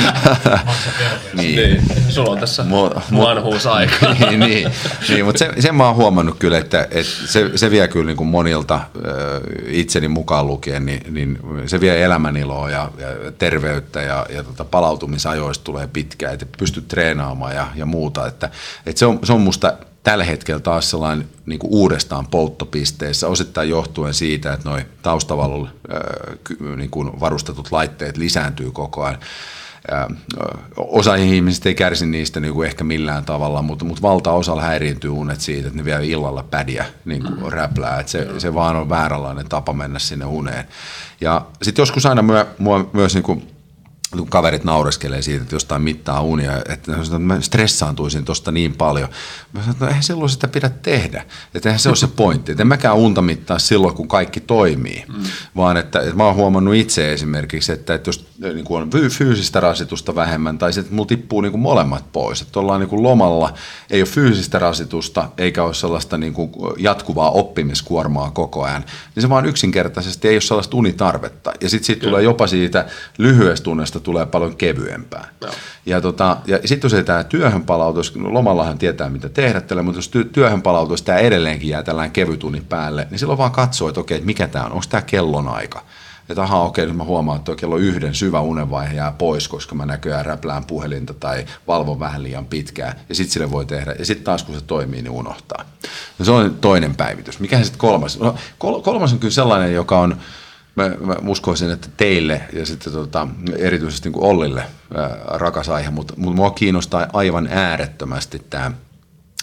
niin. Sulla on tässä vanhuusaika. niin, mutta sen mä oon huomannut kyllä, että se vie kyllä niin kuin monilta itseni mukaan lukien, niin se vie elämäniloa ja terveyttä ja palautumisajoista tulee pitkään, että pystyt treenaamaan ja muuta. Että se on musta tällä hetkellä taas sellainen niin kuin uudestaan polttopisteessä, osittain johtuen siitä, että nuo taustavalolla niin kuin varustetut laitteet lisääntyy koko ajan. Osa ihmisistä ei kärsi niistä niin kuin ehkä millään tavalla, mutta valtaosalla häiriintyy unet siitä, että ne vielä illalla pädiä niin kuin räplää. Että se vaan on vääränlainen tapa mennä sinne uneen. Ja sitten joskus aina mua myös niin kuin kaverit naureskelee siitä, että jostain mittaa unia, että mä stressaantuisin tuosta niin paljon. Mä sanoin, että eihän silloin sitä pidä tehdä. Että eihän se ole se pointti. Että en mäkään unta mittaa silloin, kun kaikki toimii. Vaan että mä oon huomannut itse esimerkiksi, että jos niin kuin on fyysistä rasitusta vähemmän, tai sitten mulla tippuu niin kuin molemmat pois. Että ollaan niin kuin lomalla, ei ole fyysistä rasitusta, eikä ole sellaista niin kuin jatkuvaa oppimiskuormaa koko ajan. Niin se vaan yksinkertaisesti ei ole sellaista unitarvetta. Ja sitten tulee jopa siitä lyhyestä unesta tulee paljon kevyempää. No. Ja sitten jos ei tämä työhön palautus, lomallahan tietää mitä tehdä tällä, mutta jos työhön palautus tämä edelleenkin jää tällainen kevyt uni päälle, niin silloin vaan katsoo, että okei, että mikä tämä on tämä kellonaika. Että nyt mä huomaan, että kello 1 syvä unenvaihe jää pois, koska mä näköjään räplään puhelinta tai valvon vähän liian pitkään, ja sitten sille voi tehdä, ja sitten taas kun se toimii, niin unohtaa. No, se on toinen päivitys. Mikähän sitten kolmas? No, kolmas on kyllä sellainen, joka on Mä uskoisin, että teille ja sitten erityisesti niin kuin Ollille rakas aihe, mutta mua kiinnostaa aivan äärettömästi tämä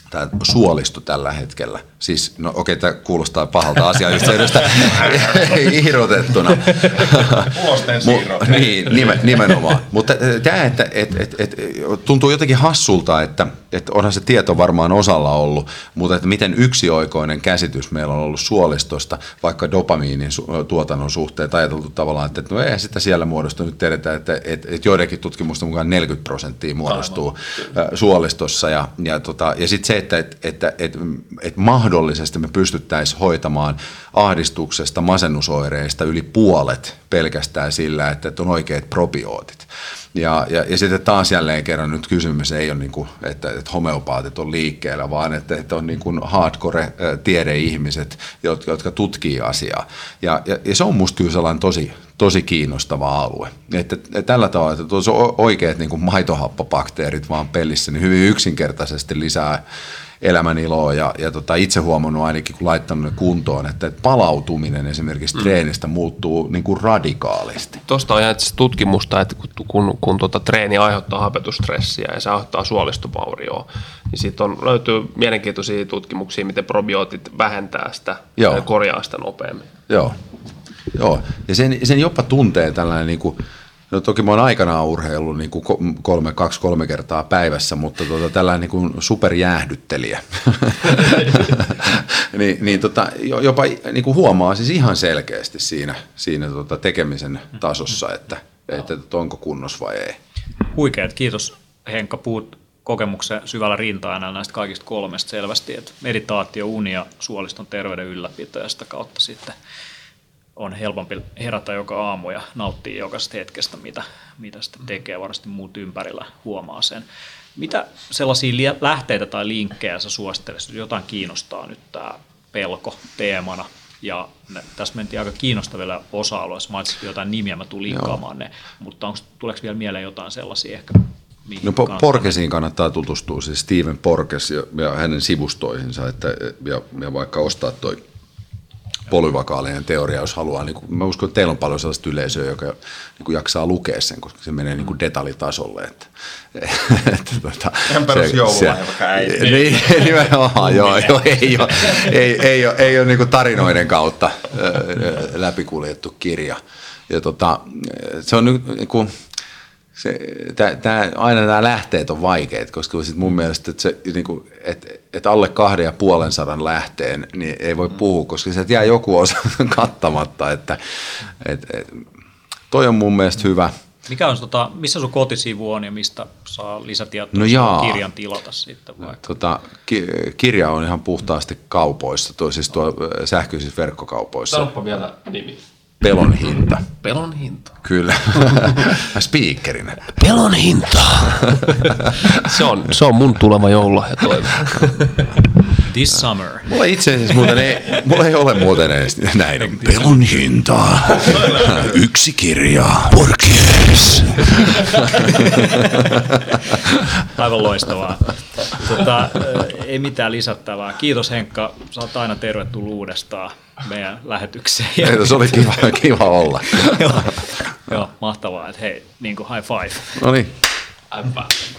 tämä suolisto tällä hetkellä. Siis, no okei, tämä kuulostaa pahalta asiayhteydestä irrotettuna. Ulosteen siirro. Niin, nimenomaan. Mutta tämä, että tuntuu jotenkin hassulta, että onhan se tieto varmaan osalla ollut, mutta että miten yksioikoinen käsitys meillä on ollut suolistosta, vaikka dopamiinin tuotannon suhteen, ajateltu tavallaan, että no ei sitä siellä muodostu. Nyt tiedetään, että joidenkin tutkimusten mukaan 40% muodostuu suolistossa. Ja sitten se, että mahdollisesti me pystyttäisiin hoitamaan ahdistuksesta, masennusoireista yli puolet pelkästään sillä, että on oikeat probiootit. Ja sitten taas jälleen kerran nyt kysymys ei ole, niin kuin, että homeopaatit on liikkeellä, vaan että on niin kuin hardcore-tiedeihmiset, jotka tutkii asiaa. Ja se on musta kyllä sellainen tosi kiinnostava alue. Että tällä tavalla, että tuossa oikeat niin kuin maitohappobakteerit vaan pelissä, niin hyvin yksinkertaisesti lisää elämäniloa ja itse huomannut ainakin, kun laittanut ne kuntoon, että palautuminen esimerkiksi treenistä muuttuu niin kuin radikaalisti. Tuosta on ihan tutkimusta, että kun treeni aiheuttaa hapetusstressiä ja se aiheuttaa suolistovaurioon, niin siitä löytyy mielenkiintoisia tutkimuksia, miten probiootit vähentää sitä ja korjaa sitä nopeammin. Joo. Ja sen jopa tuntee tällainen niin kuin, no toki mä oon aikanaan urheillut niin kuin 2-3 kertaa päivässä, mutta tällainen niin kuin superjäähdyttelijä. jopa niin kuin huomaa siis ihan selkeästi siinä tekemisen tasossa, että onko kunnossa vai ei. Huikeet, kiitos Henkka, puhut kokemuksen syvällä rinta-aineella näistä kaikista kolmesta selvästi, että meditaatio, uni ja suoliston terveyden ylläpito ja sitä kautta sitten on helpompi herätä joka aamu ja nauttia jokaisesta hetkestä, mitä sitten tekee. Varmasti muut ympärillä huomaa sen. Mitä sellaisia lähteitä tai linkkejä sä suosittelisit, jos jotain kiinnostaa nyt tämä pelko teemana? Ja tässä mentiin aika kiinnostavilla osa-alueilla. Mainitsit jotain nimiä, mä tulen linkkaamaan ne, mutta tuleeko vielä mieleen jotain sellaisia ehkä? Porgesiin kannattaa tutustua, siis Stephen Porges ja hänen sivustoihinsa, ja vaikka ostaa toi polyvakaalinen teoria, jos haluaa. Niin mä uskon, että teillä on paljon sellaista yleisöä, joka niin jaksaa lukea sen, koska se menee niin detaljitasolle. Ihan perusjoululahja, vaikka äiti. Niin, nimenomaan, ei ole niin tarinoiden kautta läpikuljettu kirja. Ja se on nyt niin kuin, aina nämä lähteet on vaikeat, koska sit mun mielestä, että alle 250 lähteen niin ei voi puhua, koska se jää joku osa kattamatta. Että toi on mun mielestä hyvä. Mikä on, missä sun kotisivu on ja mistä saa lisätietoa kirjan tilata sitten vaikka? Kirja on ihan puhtaasti kaupoissa, siis tuo sähköisissä verkkokaupoissa. Sanoppa vielä nimi. Pelon hinta. Pelon hinta. Kyllä. Speakerinä. Pelon hinta. se on mun tuleva joululahja toive. This summer. Mulla ei ole muuten edes näin. Pelon hinta. Yksi kirja. Porges. Aivan loistavaa. Ei mitään lisättävää. Kiitos Henkka. Sä oot aina tervetullut uudestaan meidän lähetykseen. Se oli kiva olla. Joo, mahtavaa. Että hei, niin kuin high five. No niin. High five.